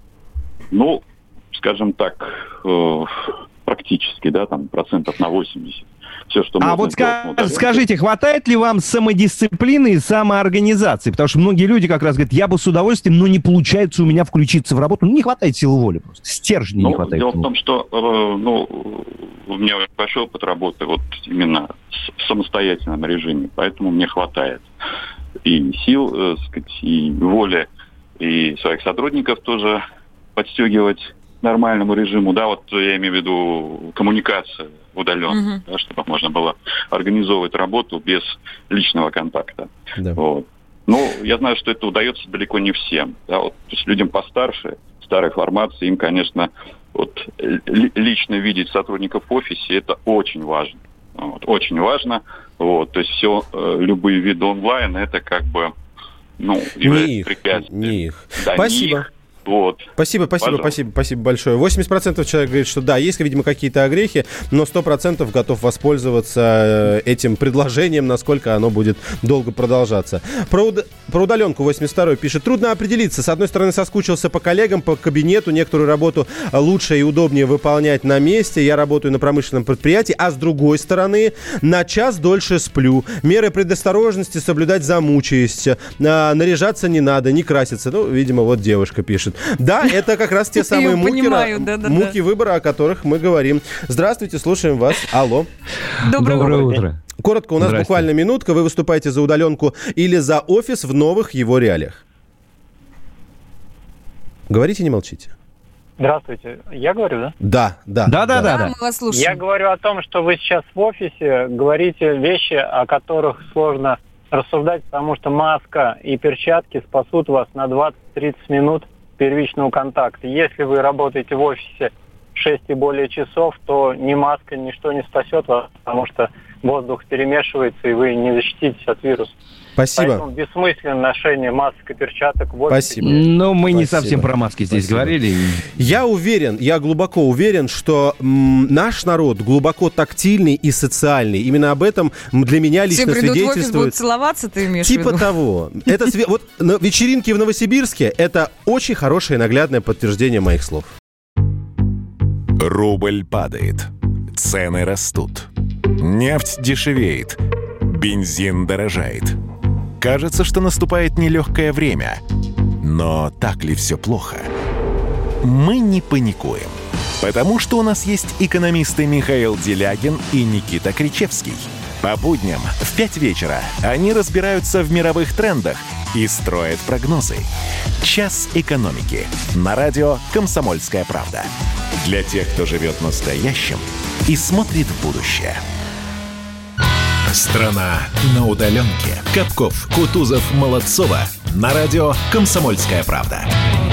Скажем так, практически, да, там 80%. Все, что можно. Скажите, хватает ли вам самодисциплины и самоорганизации? Потому что многие люди как раз говорят, я бы с удовольствием, но не получается у меня включиться в работу. Не хватает силы воли просто. Стержня не хватает. Дело в том, что у меня большой опыт работы вот именно в самостоятельном режиме, поэтому мне хватает и сил, и воли, и своих сотрудников тоже подстегивать нормальному режиму, да, вот я имею в виду коммуникацию удаленную, да, чтобы можно было организовывать работу без личного контакта. Да. Вот. Я знаю, что это удается далеко не всем. Да, вот, то есть людям постарше, старой формации, им, конечно, лично видеть сотрудников в офисе, это очень важно. Очень важно. Вот, то есть любые виды онлайн, это как бы, является препятствием. Не их. Да, спасибо. Не их. Вот. Спасибо большое. 80% человек говорит, что да, есть, видимо, какие-то огрехи, но 100% готов воспользоваться этим предложением, насколько оно будет долго продолжаться. Про удаленку 82-й пишет, трудно определиться. С одной стороны, соскучился по коллегам, по кабинету, некоторую работу лучше и удобнее выполнять на месте. Я работаю на промышленном предприятии, а с другой стороны, на час дольше сплю. Меры предосторожности соблюдать замучаюсь. Наряжаться не надо, не краситься. Видимо, вот девушка пишет. Да, это как раз те самые муки выбора, о которых мы говорим. Здравствуйте, слушаем вас. Алло. Доброе утро. Коротко, у нас буквально минутка. Вы выступаете за удаленку или за офис в новых его реалиях? Говорите, не молчите. Здравствуйте. Я говорю, да? Да. Мы вас слушаем. Я говорю о том, что вы сейчас в офисе говорите вещи, о которых сложно рассуждать, потому что маска и перчатки спасут вас на 20-30 минут первичного контакта. Если вы работаете в офисе 6 и более часов, то ни маска, ничто не спасет вас, потому что воздух перемешивается, и вы не защититесь от вируса. Спасибо. Поэтому бессмысленно ношение масок и перчаток в офисе. Спасибо. Ну, мы не Спасибо. совсем про маски здесь говорили. Я глубоко уверен, что наш народ глубоко тактильный и социальный. Именно об этом для меня лично свидетельствует. Все придут в офис, будут свидетельствует. целоваться, ты имеешь в виду? Типа того. Это вот на вечеринке в Новосибирске это очень хорошее и наглядное подтверждение моих слов. Рубль падает. Цены растут. Нефть дешевеет. Бензин дорожает. Кажется, что наступает нелегкое время. Но так ли все плохо? Мы не паникуем. Потому что у нас есть экономисты Михаил Делягин и Никита Кричевский. По будням в 5 вечера они разбираются в мировых трендах и строят прогнозы. «Час экономики» на радио «Комсомольская правда». Для тех, кто живет настоящим и смотрит в будущее. Страна на удаленке. Капков, Кутузов, Молодцова. На радио «Комсомольская правда».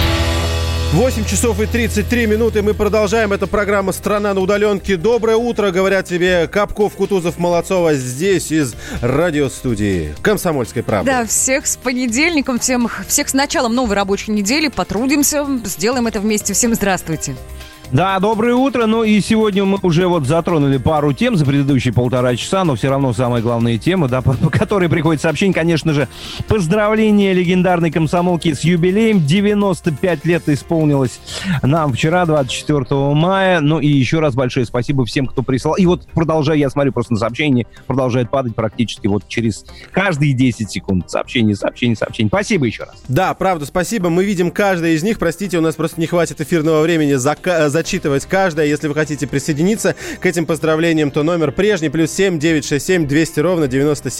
8 часов и 33 минуты. Мы продолжаем. Это программа «Страна на удаленке». Доброе утро, говорят тебе Капков, Кутузов, Молодцова. Здесь из радиостудии «Комсомольской правды». Да, всех с понедельником, всех с началом новой рабочей недели. Потрудимся, сделаем это вместе. Всем здравствуйте. Да, доброе утро. Ну и сегодня мы уже вот затронули пару тем за предыдущие 1,5 часа, но все равно самые главные темы, да, по которой приходит сообщение, конечно же, поздравление легендарной комсомолки с юбилеем. 95 лет исполнилось нам вчера, 24 мая. Ну и еще раз большое спасибо всем, кто прислал. И вот продолжаю, я смотрю просто на сообщение, продолжает падать практически вот через каждые 10 секунд. Сообщение. Спасибо еще раз. Да, правда, спасибо. Мы видим каждое из них. Простите, у нас просто не хватит эфирного времени зачитывать каждое. Если вы хотите присоединиться к этим поздравлениям, то номер прежний, +7 967 200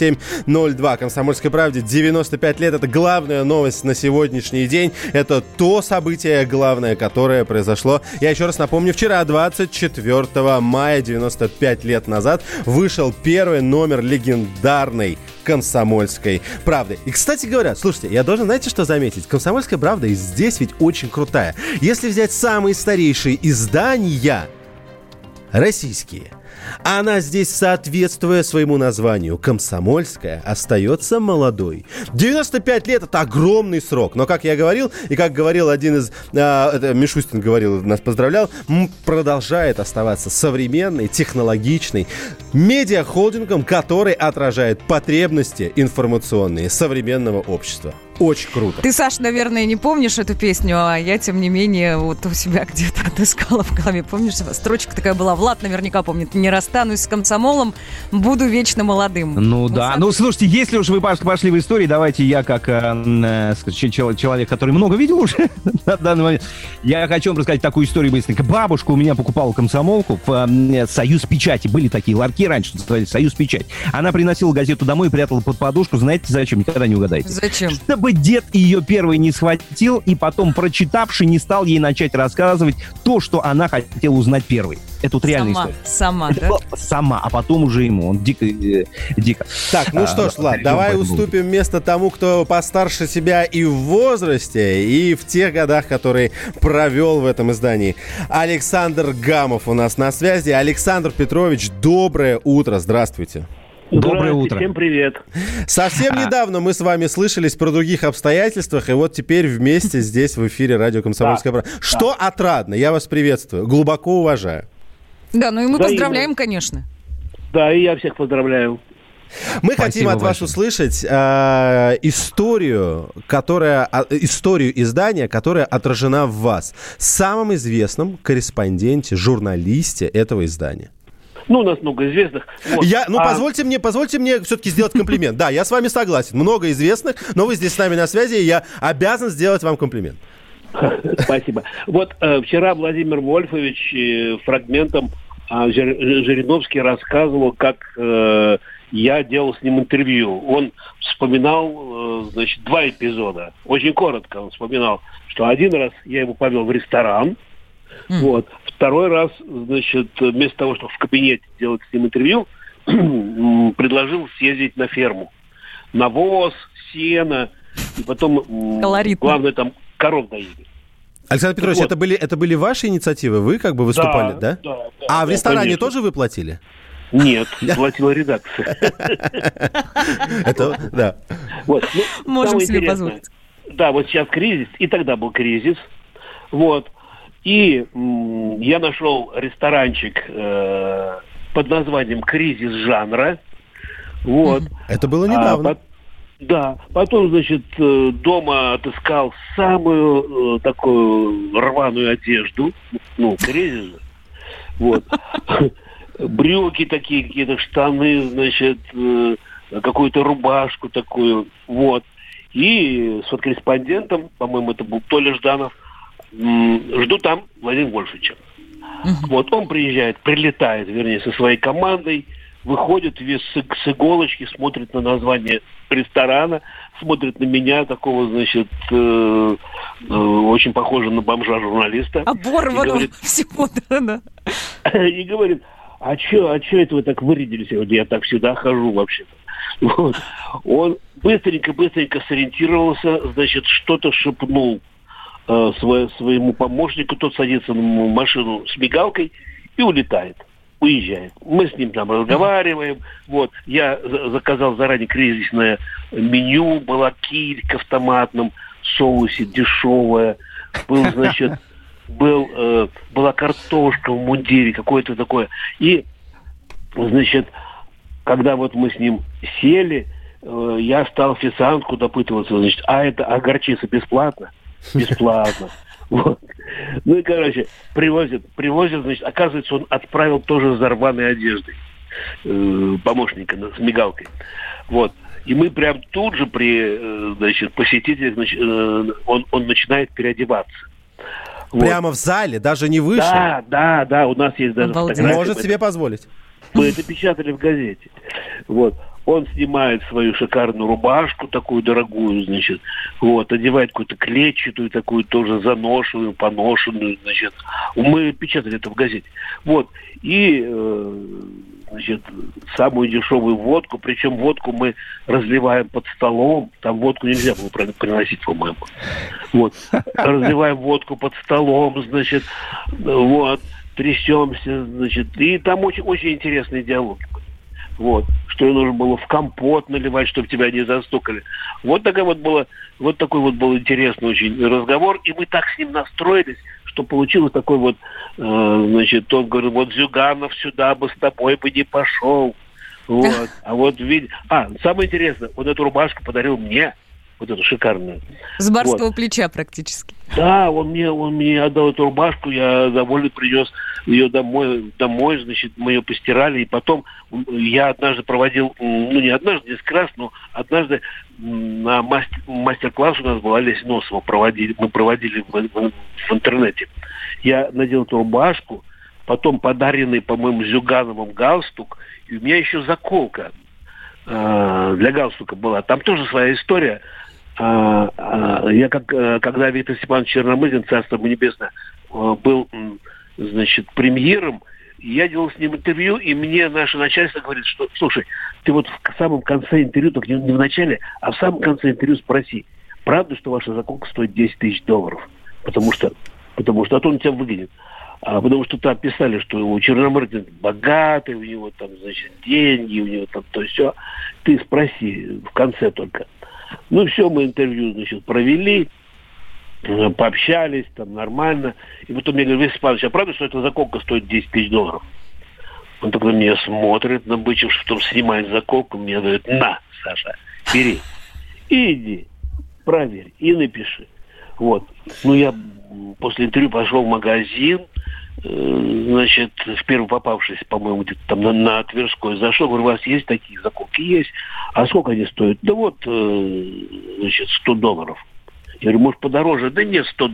9702. «Комсомольской правде» 95 лет. Это главная новость на сегодняшний день. Это то событие главное, которое произошло. Я еще раз напомню, вчера, 24 мая, 95 лет назад, вышел первый номер легендарной «Комсомольской правды». И, кстати говоря, слушайте, я должен, знаете, что заметить? «Комсомольская правда» и здесь ведь очень крутая. Если взять самые старейшие издания российские, она здесь, соответствуя своему названию «Комсомольская», остается молодой. 95 лет – это огромный срок. Но, как я говорил, и как говорил один из... Мишустин говорил, нас поздравлял, продолжает оставаться современной, технологичной медиахолдингом, который отражает потребности информационные современного общества. Очень круто. Ты, Саш, наверное, не помнишь эту песню, а я, тем не менее, вот у себя где-то отыскала в голове. Помнишь, строчка такая была, Влад наверняка помнит: «Не расстанусь с комсомолом, буду вечно молодым». Ну да, ну слушайте, если уж вы пошли в истории, давайте я, как человек, который много видел уже на данный момент, я хочу вам рассказать такую историю быстренько. Бабушка у меня покупала комсомолку в «Союз Печати». Были такие ларьки раньше, назывались «Союз Печать». Она приносила газету домой и прятала под подушку. Знаете зачем? Никогда не угадаете. Зачем? Чтобы дед ее первый не схватил и потом, прочитавший, не стал ей начать рассказывать то, что она хотела узнать первой. Это вот реальная история. Сама, да? Сама, а потом уже ему. Он дико. Так, ну что ж, Влад, давай уступим место тому, кто постарше себя и в возрасте, и в тех годах, которые провел в этом издании. Александр Гамов у нас на связи. Александр Петрович, доброе утро, здравствуйте. Доброе утро. Всем привет. Совсем недавно мы с вами слышались про других обстоятельствах, и вот теперь вместе здесь в эфире радио «Комсомольская правда». Что отрадно, я вас приветствую, глубоко уважаю. Да, ну и мы поздравляем, конечно. Да, и я всех поздравляю. Мы хотим от вас услышать историю издания, которая отражена в вас, самом известном корреспонденте, журналисте этого издания. Ну, у нас много известных. Вот. Позвольте мне все-таки сделать комплимент. Да, я с вами согласен. Много известных, но вы здесь с нами на связи, и я обязан сделать вам комплимент. Спасибо. Вот вчера Владимир Вольфович фрагментом Жириновский рассказывал, как я делал с ним интервью. Он вспоминал, 2 эпизода. Очень коротко он вспоминал, что один раз я его повел в ресторан. Вот. Второй раз, вместо того, чтобы в кабинете делать с ним интервью, предложил съездить на ферму. Навоз, сено, и потом, главное, там коров доили. Александр Петрович, это были ваши инициативы? Вы как бы выступали, да? Да. А в ресторане конечно. тоже вы платили? Нет, платила редакция. Это, да. Можем себе позволить. Да, вот сейчас кризис, и тогда был кризис. Вот. И я нашел ресторанчик под названием «Кризис жанра». Вот. Это было недавно. Да. Потом, значит, дома отыскал самую такую рваную одежду. Кризис же. Вот. Брюки такие, какие-то штаны, значит, какую-то рубашку такую. Вот. И с фотокорреспондентом, по-моему, это был Толя Жданов, жду там Владимира Вольфовича. Вот он прилетает, вернее, со своей командой, выходит весь с иголочки, смотрит на название ресторана, смотрит на меня, такого, значит, очень похожего на бомжа-журналиста. Оборванного всего, да. И говорит, а чё это вы так вырядились? Я так всегда хожу вообще-то. Вот. Он быстренько сориентировался, значит, что-то шепнул своему помощнику, тот садится на машину с мигалкой и уезжает. Мы с ним там разговариваем. Вот. Я заказал заранее кризисное меню, была килька в томатном соусе, дешевая. Была картошка в мундире, какое-то такое. И, значит, когда вот мы с ним сели, я стал официантку допытываться, значит, а горчица бесплатно? Бесплатно. Вот. Ну и, короче, привозят, значит, оказывается, он отправил тоже за рваной одеждой помощника с мигалкой. Вот. И мы прям тут же при, значит, посетителях, значит, он начинает переодеваться. Прямо в зале, даже не вышел? Да, у нас есть даже фотографии. Может себе позволить. Мы это печатали в газете. Вот. Он снимает свою шикарную рубашку, такую дорогую, значит, вот, одевает какую-то клетчатую, такую тоже заношенную, поношенную, значит. Мы печатали это в газете. Вот. И, значит, самую дешевую водку, причем водку мы разливаем под столом, там водку нельзя было приносить, по-моему. Вот. Разливаем водку под столом, значит, вот, трясемся, значит, и там очень интересные диалоги. Вот. Что нужно было в компот наливать, чтобы тебя не застукали. Вот такой вот был интересный очень разговор. И мы так с ним настроились, что получилось такой вот, значит, он говорит, вот Зюганов сюда бы с тобой бы не пошел. Вот. А вот самое интересное, он эту рубашку подарил мне, вот эту шикарную. С барского плеча практически. Да, он мне отдал эту рубашку, я довольно принес ее домой, значит, мы ее постирали, и потом я однажды проводил, не однажды, несколько раз, но однажды на мастер-класс у нас был, Олеся Носова мы проводили в интернете. Я надел эту рубашку, потом подаренный, по-моему, Зюгановым галстук, и у меня еще заколка для галстука была. Там тоже своя история. Я, когда Виктор Степанович Черномырдин, царство ему небесное, был, значит, премьером, я делал с ним интервью, и мне наше начальство говорит, что, слушай, ты вот в самом конце интервью, только не в начале, а в самом конце интервью спроси, правда, что ваша заколка стоит $10 тысяч? Потому что а то он тебя выгонит. Потому что там писали, что у Черномырдин богатый, у него там, значит, деньги, у него там то все. Ты спроси в конце только. Ну, все, мы интервью, значит, провели, пообщались, там, нормально. И потом мне говорят, Виктор Степанович, а правда, что эта заколка стоит $10 тысяч? Он такой на меня смотрит, набычившись, потом снимает заколку, мне говорит, на, Саша, бери, и иди, проверь, и напиши. Вот. Ну, я после интервью пошел в магазин, значит, в первый попавшийся, по-моему, где-то там на Тверской, зашел, говорю, у вас есть такие заколки? Есть. А сколько они стоят? Да вот, значит, $100. Я говорю, может, подороже? Да нет, $100.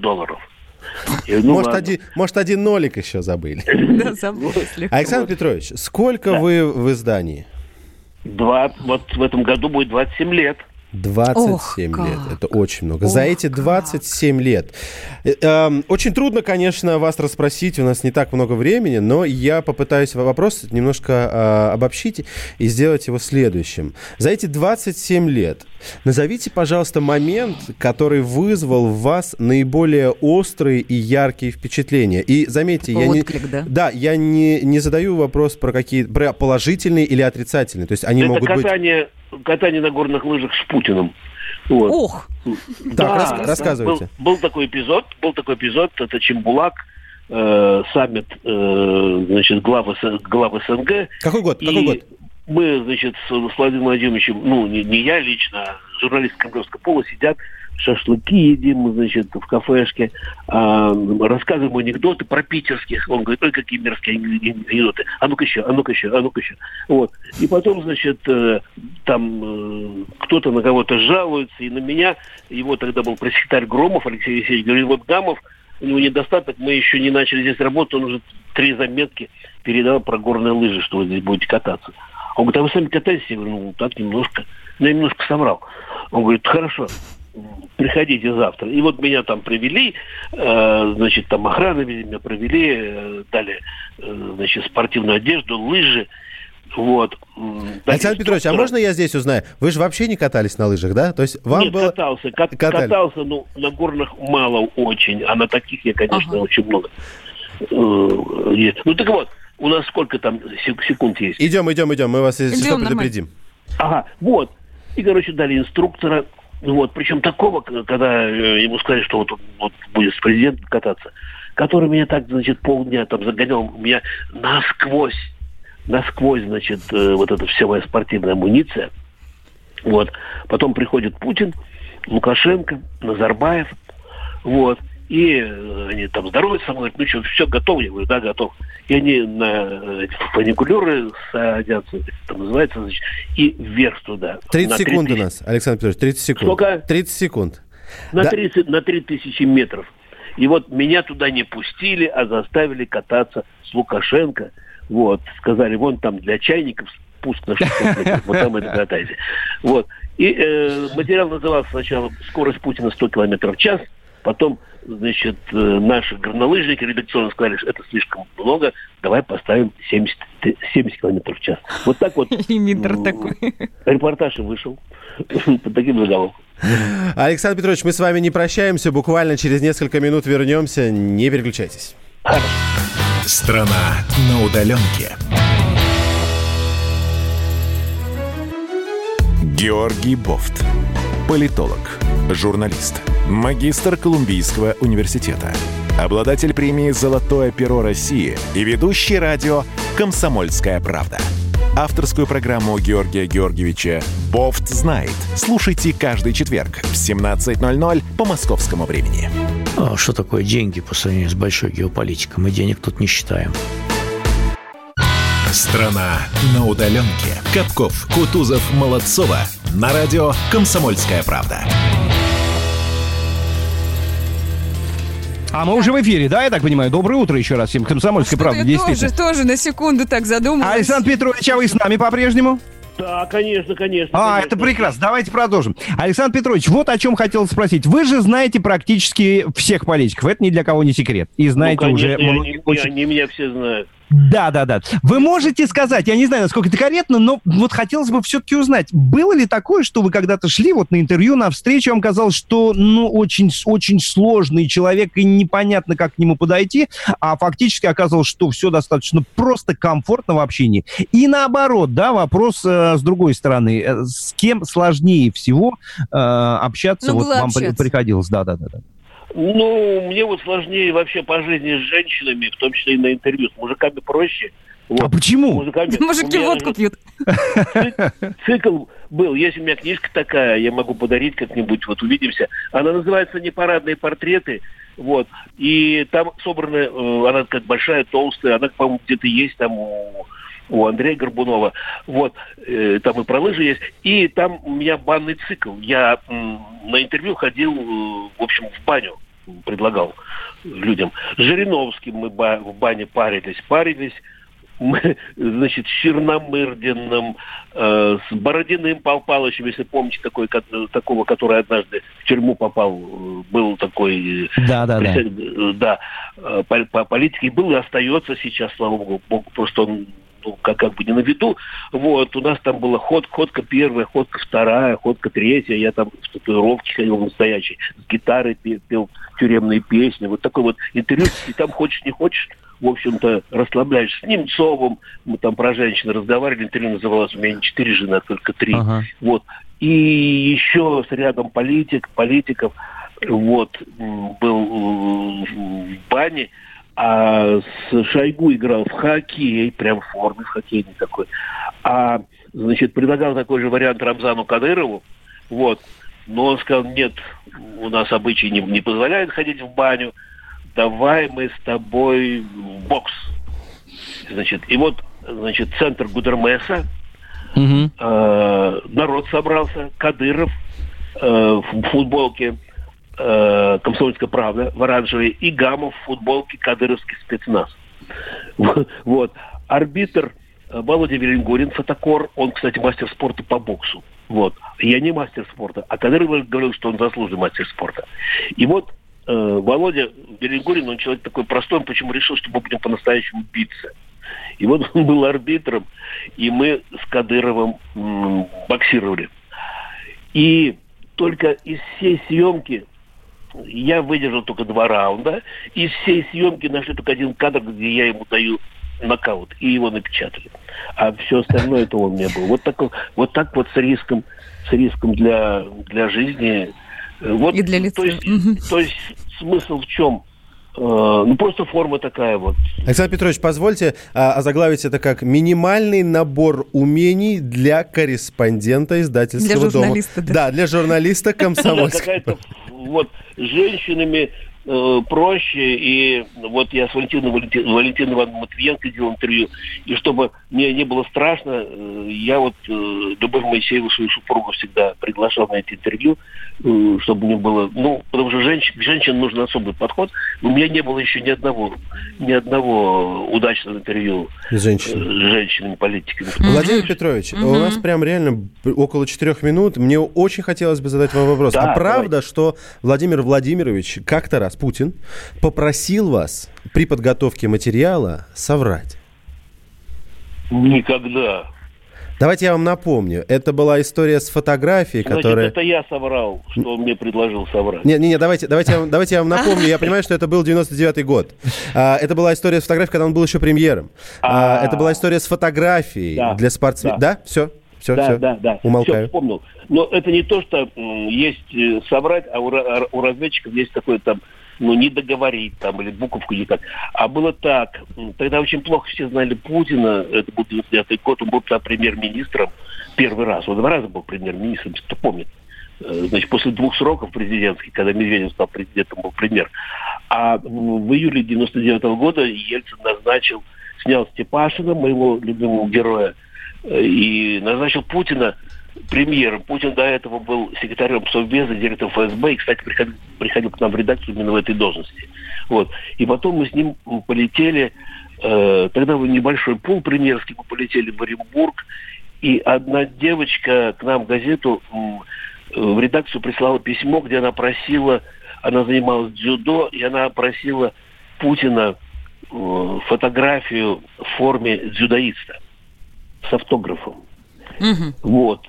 Я говорю, может, один нолик еще забыли. Да, забыли. Александр Петрович, сколько вы в издании? Вот в этом году будет 27 лет. 27 лет. Это очень много. За эти 27 лет. Очень трудно, конечно, вас расспросить. У нас не так много времени, но я попытаюсь вопрос немножко обобщить и сделать его следующим. За эти 27 лет назовите, пожалуйста, момент, который вызвал в вас наиболее острые и яркие впечатления. И заметьте, я не задаю вопрос про положительные или отрицательные. То есть они могут быть... Катание на горных лыжах с Путиным. Вот. Ох! Так, рассказывайте. Был такой эпизод, это Чембулак, саммит, значит, глав СНГ. Какой год? Мы, значит, с Владимиром Владимировичем, не я лично, а журналисты Кремлевского пола сидят, шашлыки едим, значит, в кафешке, рассказываем анекдоты про питерских. Он говорит, ой, какие мерзкие анекдоты. А ну-ка еще. Вот. И потом, значит, там кто-то на кого-то жалуется, и на меня, его тогда был пресс-секретарь Громов, Алексей Алексеевич, говорит, вот Гамов, у него недостаток, мы еще не начали здесь работать, он уже 3 заметки передал про горные лыжи, что вы здесь будете кататься. Он говорит, а вы сами катаетесь? Я говорю, так немножко. Я немножко соврал. Он говорит, хорошо, приходите завтра. И вот меня там привели, значит, там охрана меня провели, дали, значит, спортивную одежду, лыжи. Вот. Александр Петрович, а можно я здесь узнаю? Вы же вообще не катались на лыжах, да? То есть вам Нет, было... катался, но на горных мало очень, а на таких я, конечно, очень много. Ну так вот, у нас сколько там секунд есть? Идем, мы вас, если что, предупредим. Ага, вот. И, короче, дали инструктора. Вот, причем такого, когда ему сказали, что вот будет с президентом кататься, который меня так, значит, полдня там загонял, меня насквозь, значит, вот эта вся моя спортивная амуниция. Вот. Потом приходит Путин, Лукашенко, Назарбаев, вот. И они там здороваются со мной, говорят, ну что, все, готов? Я говорю, да, готов. И они на фуникулеры садятся, это называется, значит, и вверх туда. 30 секунд у нас, Александр Петрович, 30 секунд. Сколько? 30 секунд. На 3000 метров. И вот меня туда не пустили, а заставили кататься с Лукашенко. Вот, сказали, вон там для чайников спуск на 600 метров, вот там это катайте. Вот. И материал назывался сначала «Скорость Путина 100 км в час», потом, значит, наши горнолыжники редакционно сказали, что это слишком много, давай поставим 70 км в час. Вот так вот лимитер такой. Репортаж и вышел под таким заголовком. Александр Петрович, мы с вами не прощаемся, буквально через несколько минут вернемся, не переключайтесь. Страна на удаленке. Георгий Бофт. Политолог, журналист, магистр Колумбийского университета, обладатель премии «Золотое перо России» и ведущий радио «Комсомольская правда». Авторскую программу Георгия Георгиевича «Бофт знает». Слушайте каждый четверг в 17:00 по московскому времени. Что такое деньги по сравнению с большой геополитикой? Мы денег тут не считаем. Страна на удаленке. Капков, Кутузов, Молодцова. На радио «Комсомольская правда». А мы уже в эфире, да, я так понимаю? Доброе утро еще раз всем. «Комсомольская правда», действительно. Я тоже на секунду так задумалась. Александр Петрович, а вы с нами по-прежнему? Да, конечно. Это прекрасно. Давайте продолжим. Александр Петрович, вот о чем хотел спросить. Вы же знаете практически всех политиков. Это ни для кого не секрет. И знаете, конечно, уже... Они меня все знают. Да. Вы можете сказать, я не знаю, насколько это корректно, но вот хотелось бы все-таки узнать, было ли такое, что вы когда-то шли вот на интервью, на встречу, вам казалось, что, очень, очень сложный человек, и непонятно, как к нему подойти, а фактически оказалось, что все достаточно просто, комфортно в общении. И наоборот, да, вопрос с другой стороны, с кем сложнее всего общаться, вот вам приходилось, да. Мне вот сложнее вообще по жизни с женщинами, в том числе и на интервью. С мужиками проще. Вот. А почему? Мужики водку пьют. Цикл был. Есть у меня книжка такая, я могу подарить как-нибудь, вот увидимся. Она называется «Непарадные портреты». Вот. И там собраны, она такая большая, толстая, она, по-моему, где-то есть там у Андрея Горбунова. Вот. Там и про лыжи есть. И там у меня банный цикл. Я на интервью ходил, в общем, в баню. Предлагал людям. С Жириновским мы в бане парились. мы, значит, с Черномырдиным, с Бородиным Пал Палычем, если помните, такого, который однажды в тюрьму попал, был такой... Да, по политике был и остается сейчас, слава богу, просто он как бы не на виду. Вот, у нас там была ходка первая, ходка вторая, ходка третья. Я там в татуировке ходил настоящий, с гитарой пел тюремные песни. Вот такой вот интервью. И там хочешь, не хочешь, в общем-то, расслабляешься. С Немцовым мы там про женщин разговаривали. Интервью называлось «У меня не 4 жены, а только 3». Ага. Вот. И еще с рядом политиков вот, был в бане. А с Шойгу играл в хоккей, прям в форме в хоккейной такой. А, значит, предлагал такой же вариант Рамзану Кадырову. Вот. Но он сказал, нет, у нас обычаи не позволяют ходить в баню. Давай мы с тобой в бокс. Значит, и вот, значит, центр Гудермеса. Народ собрался. Кадыров в футболке «Комсомольская правда» в оранжевой, и Гамов в футболке «Кадыровский спецназ». Вот. Арбитр Володя Велингорин, фотокор, он, кстати, мастер спорта по боксу. Вот. Я не мастер спорта, а Кадыров говорил, что он заслуженный мастер спорта. И вот Володя Велингорин, он человек такой простой, он почему решил, что мы будем по-настоящему биться. И вот он был арбитром, и мы с Кадыровым боксировали. И только из всей съемки я выдержал только 2 раунда. Из всей съемки нашли только один кадр, где я ему даю нокаут, и его напечатали. А все остальное это он не был. Вот так вот с риском для жизни. Вот, и для лица. То есть смысл в чем? Просто форма такая вот. Александр Петрович, позвольте озаглавить это как «Минимальный набор умений для корреспондента издательского дома». Для журналиста, да. Да, для журналиста комсомольского. Вот с женщинами проще, и вот я с Валентиной Ивановной Матвиенко делал интервью, и чтобы мне не было страшно, я вот Любовь Моисееву, свою супругу, всегда приглашал на эти интервью, чтобы мне было, потому что женщинам нужен особый подход, но у меня не было еще ни одного удачного интервью с женщинами, политиками. Владимир Петрович, у нас прям реально около 4 минут, мне очень хотелось бы задать вам вопрос. Да, правда, что Владимир Владимирович как-то раз Путин попросил вас при подготовке материала соврать? Никогда. Давайте я вам напомню. Это была история с фотографией, которая... это я соврал, что он мне предложил соврать. Не, давайте я вам напомню. Я понимаю, что это был 99-й год. Это была история с фотографией, когда он был еще премьером. Это была история с фотографией для спортсменов. Да? Все? Да. Умолкаю. Все, вспомнил. Но это не то, что есть соврать, а у разведчиков есть такое там, не договорить там, или буковку никак. А было так. Тогда очень плохо все знали Путина. Это был 99-й год. Он был тогда премьер-министром первый раз. Он 2 раза был премьер-министром, кто помнит. Значит, после 2 сроков президентских, когда Медведев стал президентом, был премьер. А в июле 99-го года Ельцин снял Степашина, моего любимого героя, и назначил Путина премьером. Путин до этого был секретарем Совбеза, директором ФСБ, и, кстати, приходил к нам в редакцию именно в этой должности. Вот. И потом мы с ним полетели, тогда был небольшой пул премьерский, мы полетели в Оренбург, и одна девочка к нам в газету, в редакцию прислала письмо, где она занималась дзюдо, и она просила Путина фотографию в форме дзюдоиста с автографом. Вот.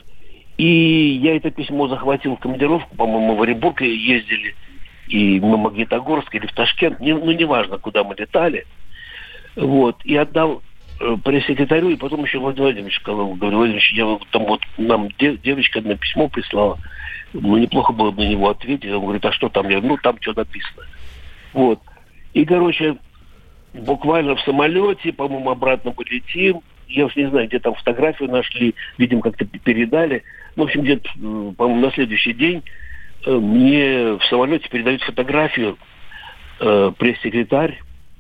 И я это письмо захватил в командировку, по-моему, в Оренбург ездили, и в Магнитогорск или в Ташкент, неважно, куда мы летали. Вот. И отдал пресс-секретарю, и потом еще Владимир Владимирович сказал, Владимирович, нам девочка одно письмо прислала, неплохо было бы на него ответить. Он говорит, а что там? Я говорю, там что написано. Вот. И, буквально в самолете, по-моему, обратно мы летим. Я уж не знаю, где там фотографию нашли, видимо, как-то передали. В общем, где-то, по-моему, на следующий день мне в самолете передают фотографию пресс-секретарь.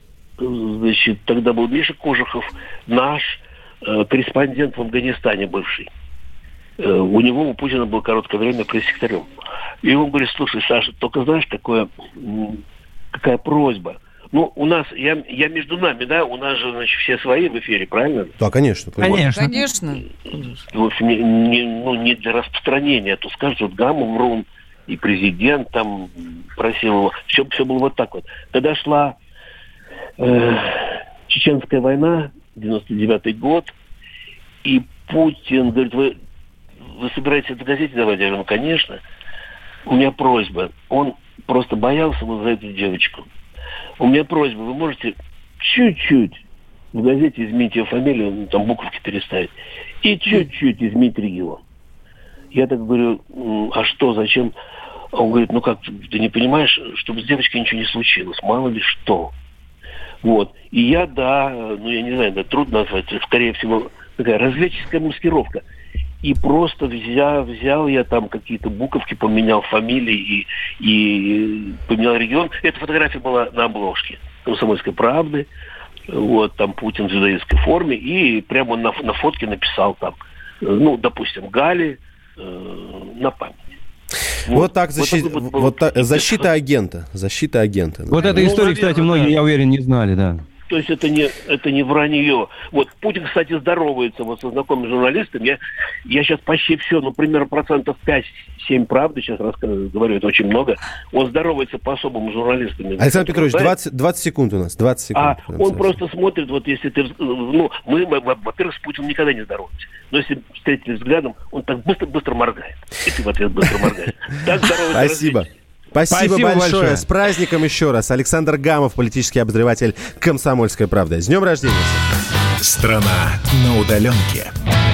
Значит, тогда был Миша Кожухов, наш корреспондент в Афганистане бывший. У него, у Путина, было короткое время пресс-секретарем. И он говорит, слушай, Саша, только знаешь, какая просьба? Ну, у нас, я между нами, да, у нас же, значит, все свои в эфире, правильно? Да, конечно. Конечно. В общем, не для распространения, а то скажут, вот Гамов Врун и президент там просил его. Все было вот так вот. Когда шла Чеченская война, 99-й год, и Путин говорит, вы собираетесь это в газете давать? Я говорю, ну, конечно. У меня просьба. Он просто боялся вот за эту девочку. У меня просьба, вы можете чуть-чуть в газете изменить ее фамилию, там буковки переставить, и чуть-чуть изменить регион. Я так говорю, а что, зачем? Он говорит, ну как, ты не понимаешь, чтобы с девочкой ничего не случилось, мало ли что. Вот. И я, я не знаю, трудно назвать, скорее всего, такая разведческая маскировка. И просто взял я там какие-то буковки, поменял фамилии и поменял регион. Эта фотография была на обложке «Комсомольской правды». Вот, там Путин в жидоистской форме. И прямо на фотке написал там, допустим, Гали на память. Вот так защита агента. Защита агента. Вот эта история, кстати, многие, я уверен, не знали, да. То есть это не вранье. Вот Путин, кстати, здоровается вот со знакомыми журналистами. Я сейчас почти все, примерно 5-7 правды сейчас говорю, это очень много. Он здоровается по особым журналистам. Александр Петрович, 20 секунд у нас, 20 секунд. Он просто смотрит, вот если ты... мы, во-первых, с Путиным никогда не здороваемся. Но если встретились взглядом, он так быстро моргает. И ты в ответ быстро моргаешь. Так здоровается. Спасибо. Спасибо большое. С праздником еще раз. Александр Гамов, политический обозреватель «Комсомольской правды». С днем рождения. Страна на удаленке.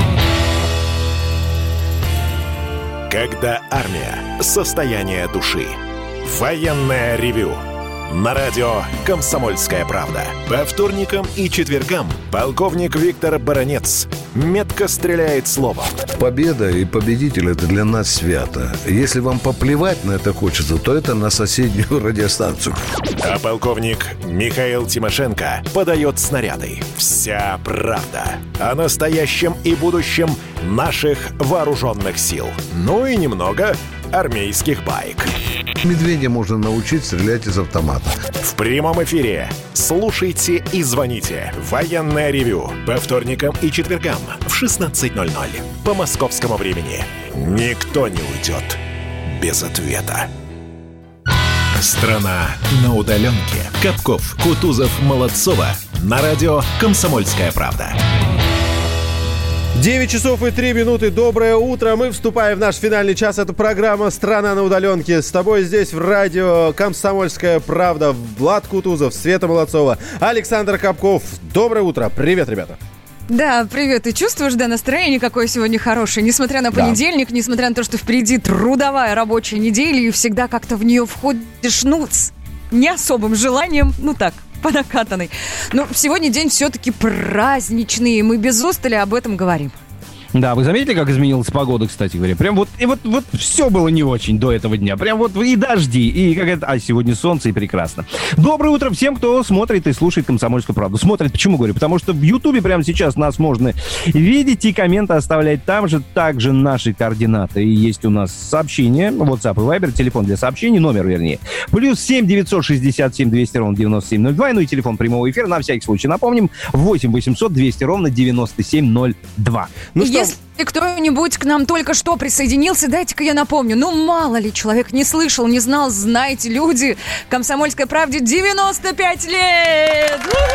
Когда армия. Состояние души. Военное ревю. На радио «Комсомольская правда». По вторникам и четвергам полковник Виктор Баранец метко стреляет словом. Победа и победитель – это для нас свято. Если вам поплевать на это хочется, то это на соседнюю радиостанцию. А полковник Михаил Тимошенко подает снаряды. Вся правда о настоящем и будущем наших вооруженных сил. Ну и немного армейских баек. Медведя можно научить стрелять из автомата. В прямом эфире. Слушайте и звоните. Военное ревю. По вторникам и четвергам в 16:00. По московскому времени. Никто не уйдет без ответа. Страна на удаленке. Капков, Кутузов, Молодцова. На радио «Комсомольская правда». 9 часов и 3 минуты. Доброе утро. Мы вступаем в наш финальный час. Это программа «Страна на удаленке». С тобой здесь в радио «Комсомольская правда». Влад Кутузов, Света Молодцова, Александр Капков. Доброе утро. Привет, ребята. Да, привет. Ты чувствуешь, настроение какое сегодня хорошее? Несмотря на понедельник, несмотря на то, что впереди трудовая рабочая неделя, и всегда как-то в нее входишь, с не особым желанием, по накатанной. Но сегодня день все-таки праздничный, и мы без устали об этом говорим. Да, вы заметили, как изменилась погода, кстати говоря? Прям вот все было не очень до этого дня. Прям и дожди, и какая-то... сегодня солнце, и прекрасно. Доброе утро всем, кто смотрит и слушает «Комсомольскую правду». Смотрит, почему говорю? Потому что в Ютубе прямо сейчас нас можно видеть и комменты оставлять там же. Также наши координаты. И есть у нас сообщения, WhatsApp и Viber, телефон для сообщений, номер, вернее. +7 967 200 9702. Ну и телефон прямого эфира, на всякий случай напомним, 8 800 200 9702. Если кто-нибудь к нам только что присоединился, дайте-ка я напомню. Мало ли, человек не слышал, не знал, знаете, люди, «Комсомольской правде» 95 лет!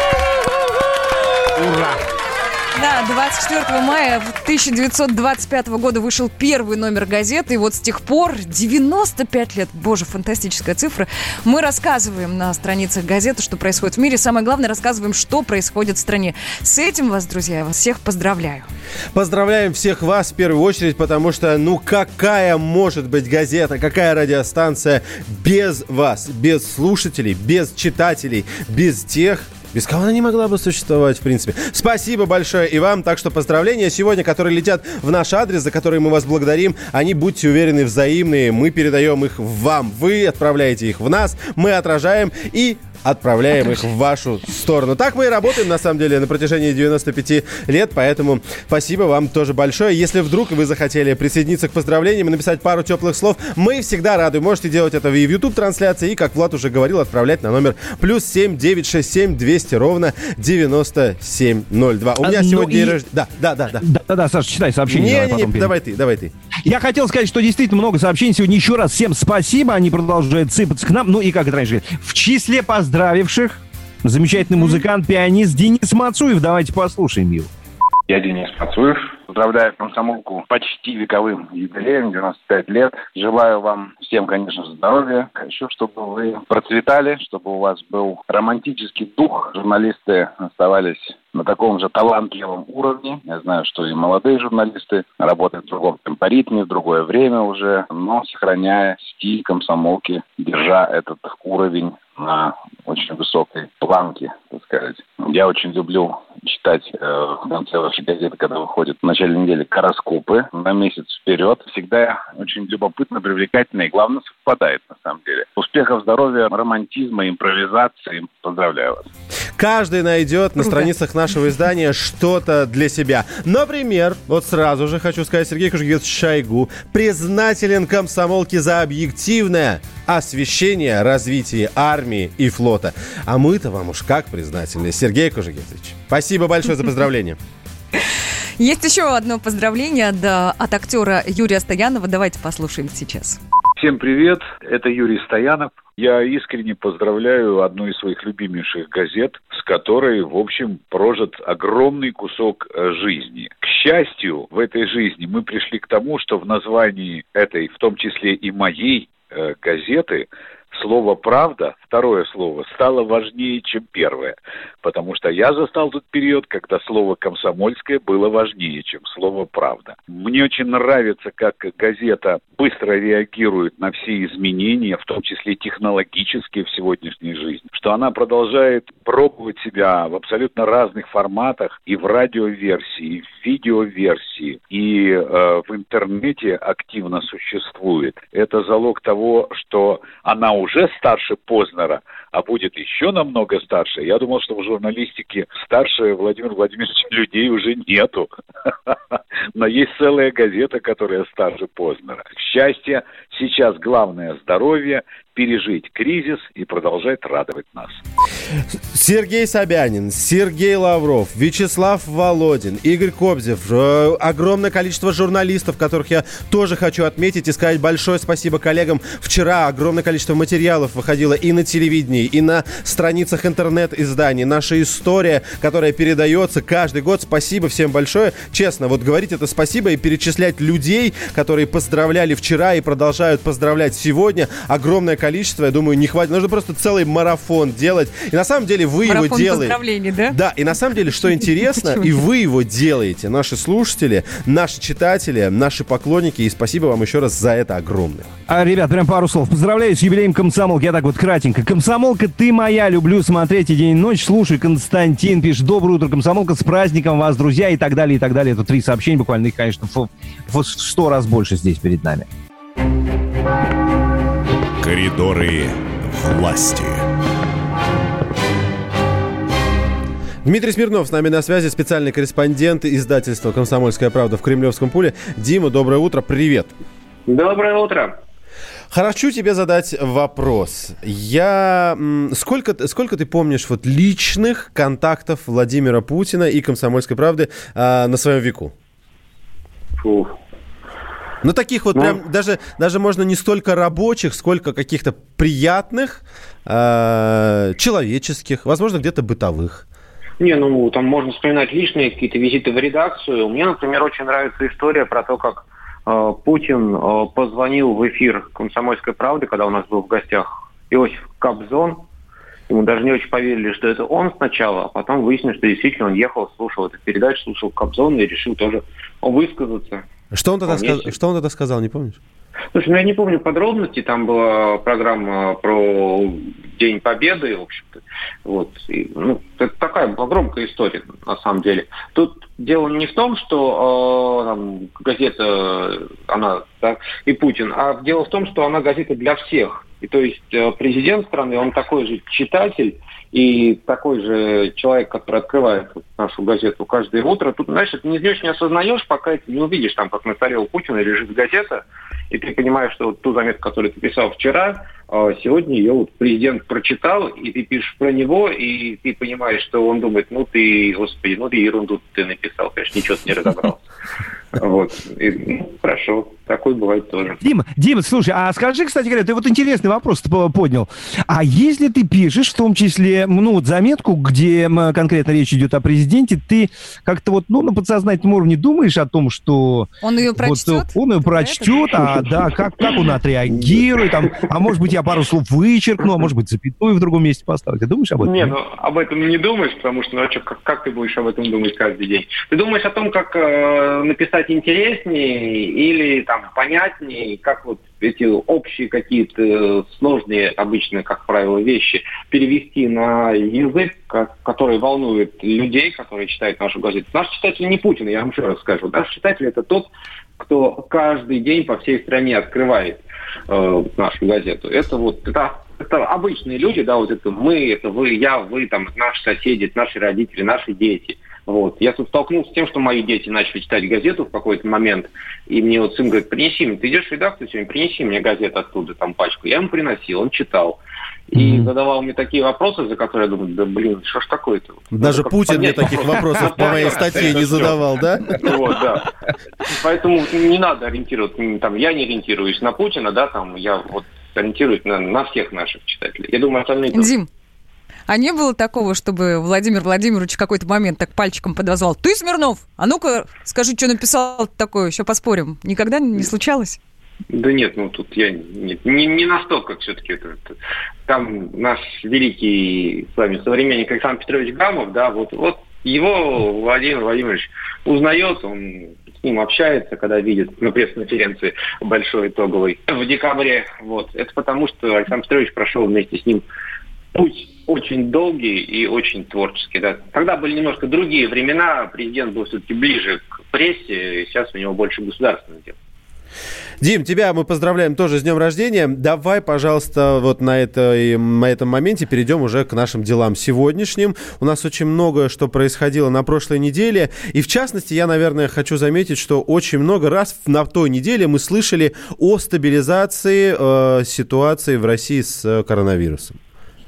Ура! Да, 24 мая 1925 года вышел первый номер газеты, и вот с тех пор 95 лет, боже, фантастическая цифра, мы рассказываем на страницах газеты, что происходит в мире, самое главное, рассказываем, что происходит в стране. С этим вас, друзья, я вас всех поздравляю. Поздравляем всех вас в первую очередь, потому что, какая может быть газета, какая радиостанция без вас, без слушателей, без читателей, без тех, без кого она не могла бы существовать, в принципе. Спасибо большое и вам. Так что поздравления сегодня, которые летят в наш адрес, за которые мы вас благодарим, они, будьте уверены, взаимные. Мы передаем их вам. Вы отправляете их в нас, мы отражаем и отправляем их в вашу сторону. Так мы и работаем, на самом деле, на протяжении 95 лет, поэтому спасибо вам тоже большое. Если вдруг вы захотели присоединиться к поздравлениям и написать пару теплых слов, мы всегда рады. Можете делать это и в YouTube-трансляции, и, как Влад уже говорил, отправлять на номер +7 967 200 ровно 9702. У меня сегодня день рождения. Да, Саша, читай сообщение. Давай ты. Я хотел сказать, что действительно много сообщений сегодня. Еще раз всем спасибо. Они продолжают сыпаться к нам. Ну и как это раньше говорили, в числе поздравивших замечательный музыкант, пианист Денис Мацуев. Давайте послушаем его. Я Денис Мацуев. Поздравляю комсомолку почти вековым юбилеем, 95 лет. Желаю вам всем, конечно, здоровья. Хочу, чтобы вы процветали, чтобы у вас был романтический дух. Журналисты оставались на таком же талантливом уровне. Я знаю, что и молодые журналисты работают в другом темпоритме, в другое время уже, но сохраняя стиль комсомолки, держа этот уровень на очень высокой планке, так сказать. Я очень люблю читать в конце вашей газеты, когда выходит в начале недели гороскопы на месяц вперед. Всегда очень любопытно, привлекательно и, главное, совпадает на самом деле. Успехов, здоровья, романтизма, импровизации. Поздравляю вас. Каждый найдет на страницах нашего издания что-то для себя. Например, вот сразу же хочу сказать, Сергей Кужугетович Шойгу признателен комсомолке за объективное освещение развития армии и флота. А мы-то вам уж как признательны, Сергей Кужугетович. Спасибо большое за поздравление. Есть еще одно поздравление от актера Юрия Стоянова. Давайте послушаем сейчас. Всем привет, это Юрий Стоянов. Я искренне поздравляю одну из своих любимейших газет, с которой, в общем, прожит огромный кусок жизни. К счастью, в этой жизни мы пришли к тому, что в названии этой, в том числе и моей газеты, слово «правда», второе слово, стало важнее, чем первое. Потому что я застал тот период, когда слово «комсомольское» было важнее, чем слово «правда». Мне очень нравится, как газета быстро реагирует на все изменения, в том числе технологические в сегодняшней жизни. Что она продолжает пробовать себя в абсолютно разных форматах, и в радиоверсии, и в видеоверсии, и в интернете активно существует. Это залог того, что она уже старше Познера, а будет еще намного старше. Я думал, что в журналистике старше Владимира Владимировича людей уже нету. Но есть целая газета, которая старше Познера. К счастью, сейчас главное здоровье, пережить кризис и продолжать радовать нас. Сергей Собянин, Сергей Лавров, Вячеслав Володин, Игорь Кобзев, огромное количество журналистов, которых я тоже хочу отметить и сказать большое спасибо коллегам. Вчера огромное количество материалов выходило и на телевидении, и на страницах интернет-изданий. Наша история, которая передается каждый год. Спасибо всем большое. Честно, вот говорить это спасибо и перечислять людей, которые поздравляли вчера и продолжают поздравлять сегодня, огромное количество, я думаю, не хватит. Нужно просто целый марафон делать. И на самом деле вы его делаете. Марафон поздравлений, да? Да, и на самом деле, что интересно, и вы его делаете, наши слушатели, наши читатели, наши поклонники, и спасибо вам еще раз за это огромное. Ребят, прям пару слов. Поздравляю с юбилеем комсомолки. Я так вот кратенько. Комсомолка, ты моя, люблю смотреть и день и ночь. Слушай, Константин пишет: доброе утро, комсомолка, с праздником вас, друзья, и так далее, и так далее. Это 3 сообщения, буквально их, конечно, в 100 раз больше здесь перед нами. Коридоры власти. Дмитрий Смирнов с нами на связи, специальный корреспондент издательства «Комсомольская правда» в Кремлевском Пуле. Дима, доброе утро, привет. Доброе утро. Хочу тебе задать вопрос. Сколько ты помнишь вот личных контактов Владимира Путина и «Комсомольской правды» на своем веку? Фух. Ну, таких вот прям, даже можно не столько рабочих, сколько каких-то приятных, человеческих, возможно, где-то бытовых. Там можно вспоминать личные какие-то визиты в редакцию. Мне, например, очень нравится история про то, как Путин позвонил в эфир «Комсомольской правды», когда у нас был в гостях Иосиф Кобзон. Ему даже не очень поверили, что это он сначала, а потом выяснилось, что действительно он ехал, слушал эту передачу, слушал Кобзона и решил тоже высказаться. Что он тогда сказал, не помнишь? Слушай, я не помню подробностей. Там была программа про День Победы, в общем-то. Это такая была громкая история, на самом деле. Тут дело не в том, что газета, она, да, и Путин, а дело в том, что она газета для всех. И то есть президент страны, он такой же читатель и такой же человек, который открывает нашу газету каждое утро. Тут, знаешь, это не очень осознаешь, пока ты не увидишь, там, как на столе у Путина лежит газета, и ты понимаешь, что вот ту заметку, которую ты писал вчера, сегодня ее вот президент прочитал, и ты пишешь про него, и ты понимаешь, что он думает, господи, ты ерунду ты написал, конечно, ничего ты не разобрался. Вот. Хорошо, такое бывает тоже. Дима, слушай, а скажи, кстати говоря, ты вот интересный вопрос поднял. А если ты пишешь, в том числе, заметку, где конкретно речь идет о президенте, ты как-то на подсознательном уровне думаешь о том, что... Он ее прочтет? Он ее прочтет, как он отреагирует, а может быть, я пару слов вычеркну, а может быть, запятую в другом месте поставлю. Ты думаешь об этом? Нет, об этом не думаешь, потому что, как ты будешь об этом думать каждый день? Ты думаешь о том, как написать интереснее или понятнее, как вот эти общие какие-то сложные, обычно, как правило, вещи перевести на язык, который волнует людей, которые читают нашу газету. Наш читатель не Путин, я вам еще раз скажу. Наш читатель — это тот, кто каждый день по всей стране открывает нашу газету. Это обычные люди, это мы, это вы, я, вы, наши соседи, наши родители, наши дети. Вот. Я тут столкнулся с тем, что мои дети начали читать газету в какой-то момент, и мне сын говорит, принеси мне, ты идешь в редакцию сегодня, принеси мне газету оттуда, пачку. Я ему приносил, он читал. И задавал мне такие вопросы, за которые я думаю, что ж такое-то? Даже Путин мне таких вопросов по моей статье не задавал, да? Вот, да. Поэтому не надо ориентироваться, я не ориентируюсь на Путина, я ориентируюсь на всех наших читателей. Я думаю, остальные... Дим, а не было такого, чтобы Владимир Владимирович в какой-то момент так пальчиком подозвал: ты, Смирнов, а ну-ка скажи, что написал такое, еще поспорим. Никогда не случалось? Да нет, тут я не настолько все-таки. Там наш великий с вами современник Александр Петрович Гамов, вот его Владимир Владимирович узнает, он с ним общается, когда видит на пресс-конференции большой итоговой в декабре. Вот. Это потому, что Александр Петрович прошел вместе с ним путь очень долгий и очень творческий. Да. Тогда были немножко другие времена, президент был все-таки ближе к прессе, и сейчас у него больше государственных дел. Дим, тебя мы поздравляем тоже с днем рождения. Давай, пожалуйста, на этом моменте перейдем уже к нашим делам сегодняшним. У нас очень многое, что происходило на прошлой неделе. И, в частности, я, наверное, хочу заметить, что очень много раз на той неделе мы слышали о стабилизации ситуации в России с коронавирусом.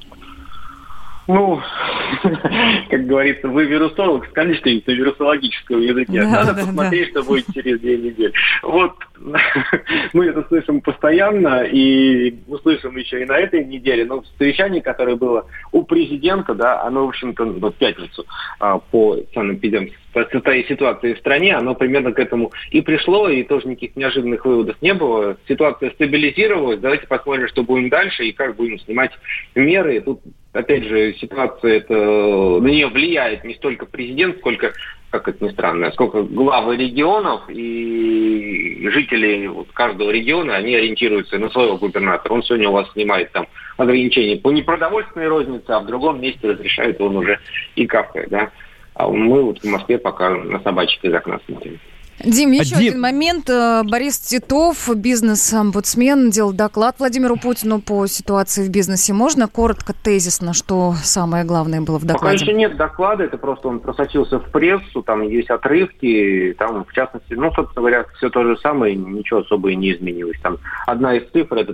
Как говорится, вы вирусолог, скажите на вирусологическом языке. Надо посмотреть, что будет через 2 недели. Вот, мы это слышим постоянно, и услышим еще и на этой неделе. Но совещание, которое было у президента, оно, в общем-то, в пятницу по самым эпидемиям, по ситуации в стране, оно примерно к этому и пришло, и тоже никаких неожиданных выводов не было. Ситуация стабилизировалась. Давайте посмотрим, что будем дальше и как будем снимать меры. Тут, опять же, ситуация, на нее влияет не столько президент, сколько, как это ни странно, сколько главы регионов и жители каждого региона, они ориентируются на своего губернатора. Он сегодня у вас снимает ограничения по непродовольственной рознице, а в другом месте разрешает он уже и кафе, да. А мы в Москве пока на собачек из окна смотрим. Дим, еще один момент. Борис Титов, бизнес-омбудсмен, делал доклад Владимиру Путину по ситуации в бизнесе. Можно коротко, тезисно, что самое главное было в докладе? Пока еще нет доклада, это просто он просочился в прессу, там есть отрывки, там, в частности, собственно говоря, все то же самое, ничего особо и не изменилось. Там одна из цифр, это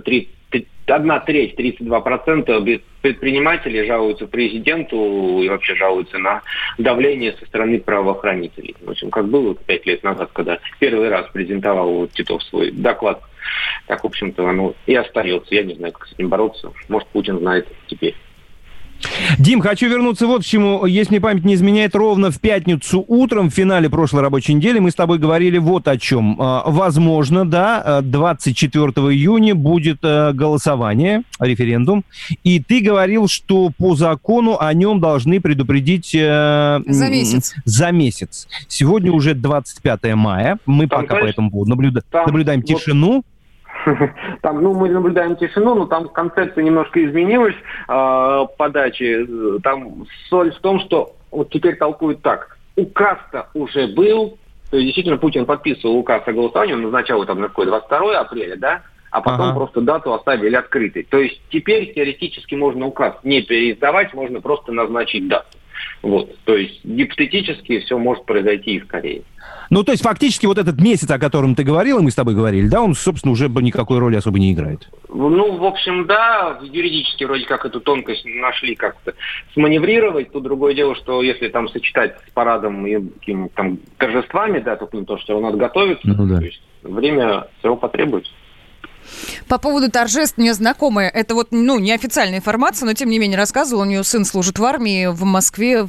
32% предпринимателей жалуются президенту и вообще жалуются на давление со стороны правоохранителей. В общем, как было 5 лет назад, когда первый раз презентовал Титов свой доклад, так, в общем-то, оно и остается. Я не знаю, как с этим бороться. Может, Путин знает теперь. Дим, хочу вернуться вот к чему. Если мне память не изменяет, ровно в пятницу утром, в финале прошлой рабочей недели, мы с тобой говорили вот о чем. Возможно, 24 июня будет голосование, референдум, и ты говорил, что по закону о нем должны предупредить за месяц. Сегодня уже 25 мая, мы пока по этому поводу наблюдаем тишину. Там, мы наблюдаем тишину, но там концепция немножко изменилась подачи. Там соль в том, что вот теперь толкуют так. Указ-то уже был, то есть действительно Путин подписывал указ о голосовании, он назначал его на какое 22 апреля, да? а потом просто дату оставили открытой. То есть теперь теоретически можно указ не переиздавать, можно просто назначить дату. Вот. То есть гипотетически все может произойти и скорее. Ну, то есть фактически вот этот месяц, о котором ты говорил, и мы с тобой говорили, да, он, собственно, уже никакой роли особо не играет. Ну, в общем, да, юридически вроде как эту тонкость нашли как-то сманеврировать. Тут другое дело, что если там сочетать с парадом и какими-то там торжествами, да, то что его надо готовиться, то есть время всего потребуется. По поводу торжеств, мне знакомая, это вот, неофициальная информация, но тем не менее рассказывала, у нее сын служит в армии в Москве,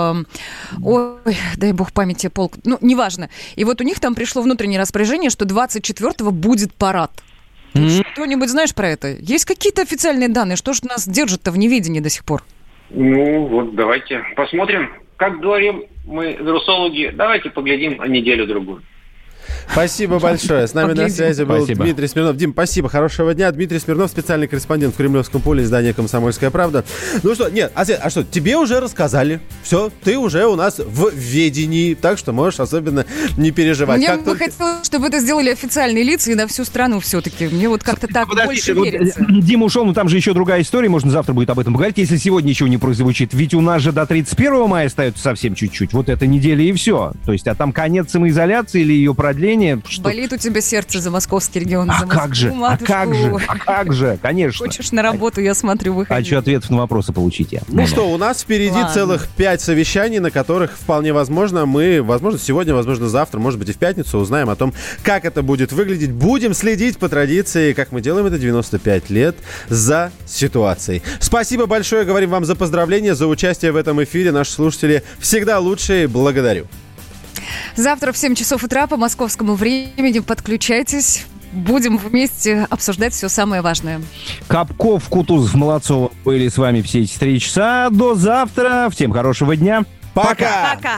ой, дай бог памяти, полк, неважно. И вот у них там пришло внутреннее распоряжение, что 24-го будет парад. Ты что-нибудь знаешь про это? Есть какие-то официальные данные? Что же нас держит-то в неведении до сих пор? Ну, вот давайте посмотрим. Как говорим мы, вирусологи, давайте поглядим на неделю-другую. Спасибо большое. С нами на связи был Дмитрий Смирнов. Дим, спасибо, хорошего дня. Дмитрий Смирнов, специальный корреспондент в Кремлевском поле, издания «Комсомольская правда». Ну что, нет, а что, тебе уже рассказали. Все, ты уже у нас в ведении, так что можешь особенно не переживать. Мне бы хотелось, чтобы это сделали официальные лица и на всю страну все-таки. Мне вот как-то так больше верится. Дима ушел, но там же еще другая история, можно завтра будет об этом поговорить, если сегодня ничего не прозвучит. Ведь у нас же до 31 мая остается совсем чуть-чуть. Вот эта неделя и все. То есть, а там конец самоизоляции или ее продление. Что? Болит у тебя сердце за московский регион. А как же, конечно. Хочешь на работу, я смотрю, выходи. Хочу ответов на вопросы получить я. Ну что, у нас впереди целых 5 совещаний, на которых вполне возможно мы, возможно, сегодня, возможно, завтра, может быть, и в пятницу узнаем о том, как это будет выглядеть. Будем следить по традиции, как мы делаем это 95 лет, за ситуацией. Спасибо большое, говорим вам за поздравления, за участие в этом эфире. Наши слушатели всегда лучшие. Благодарю. Завтра в 7 часов утра по московскому времени подключайтесь. Будем вместе обсуждать все самое важное. Капков, Кутузов, Молодцова были с вами все эти 3 часа. До завтра. Всем хорошего дня. Пока. Пока.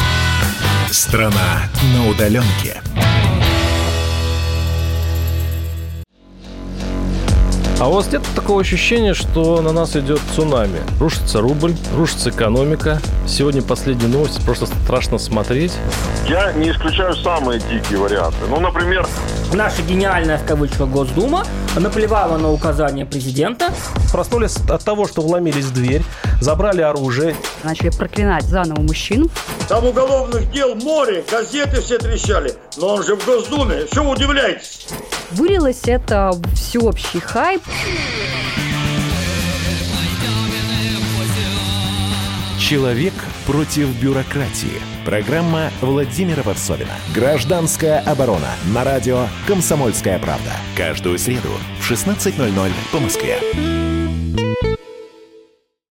Страна на удаленке. А у вас нет такого ощущения, что на нас идет цунами? Рушится рубль, рушится экономика. Сегодня последние новости, просто страшно смотреть. Я не исключаю самые дикие варианты. Ну, например... Наша гениальная, в кавычках, Госдума наплевала на указания президента. Проснулись от того, что вломились в дверь, забрали оружие. Начали проклинать заново мужчин. Там уголовных дел море, газеты все трещали. Но он же в Госдуме, что вы удивляетесь? Вылилось это в всеобщий хайп. Человек против бюрократии. Программа Владимира Варсовина. Гражданская оборона. На радио «Комсомольская правда». Каждую среду в 16:00 по Москве.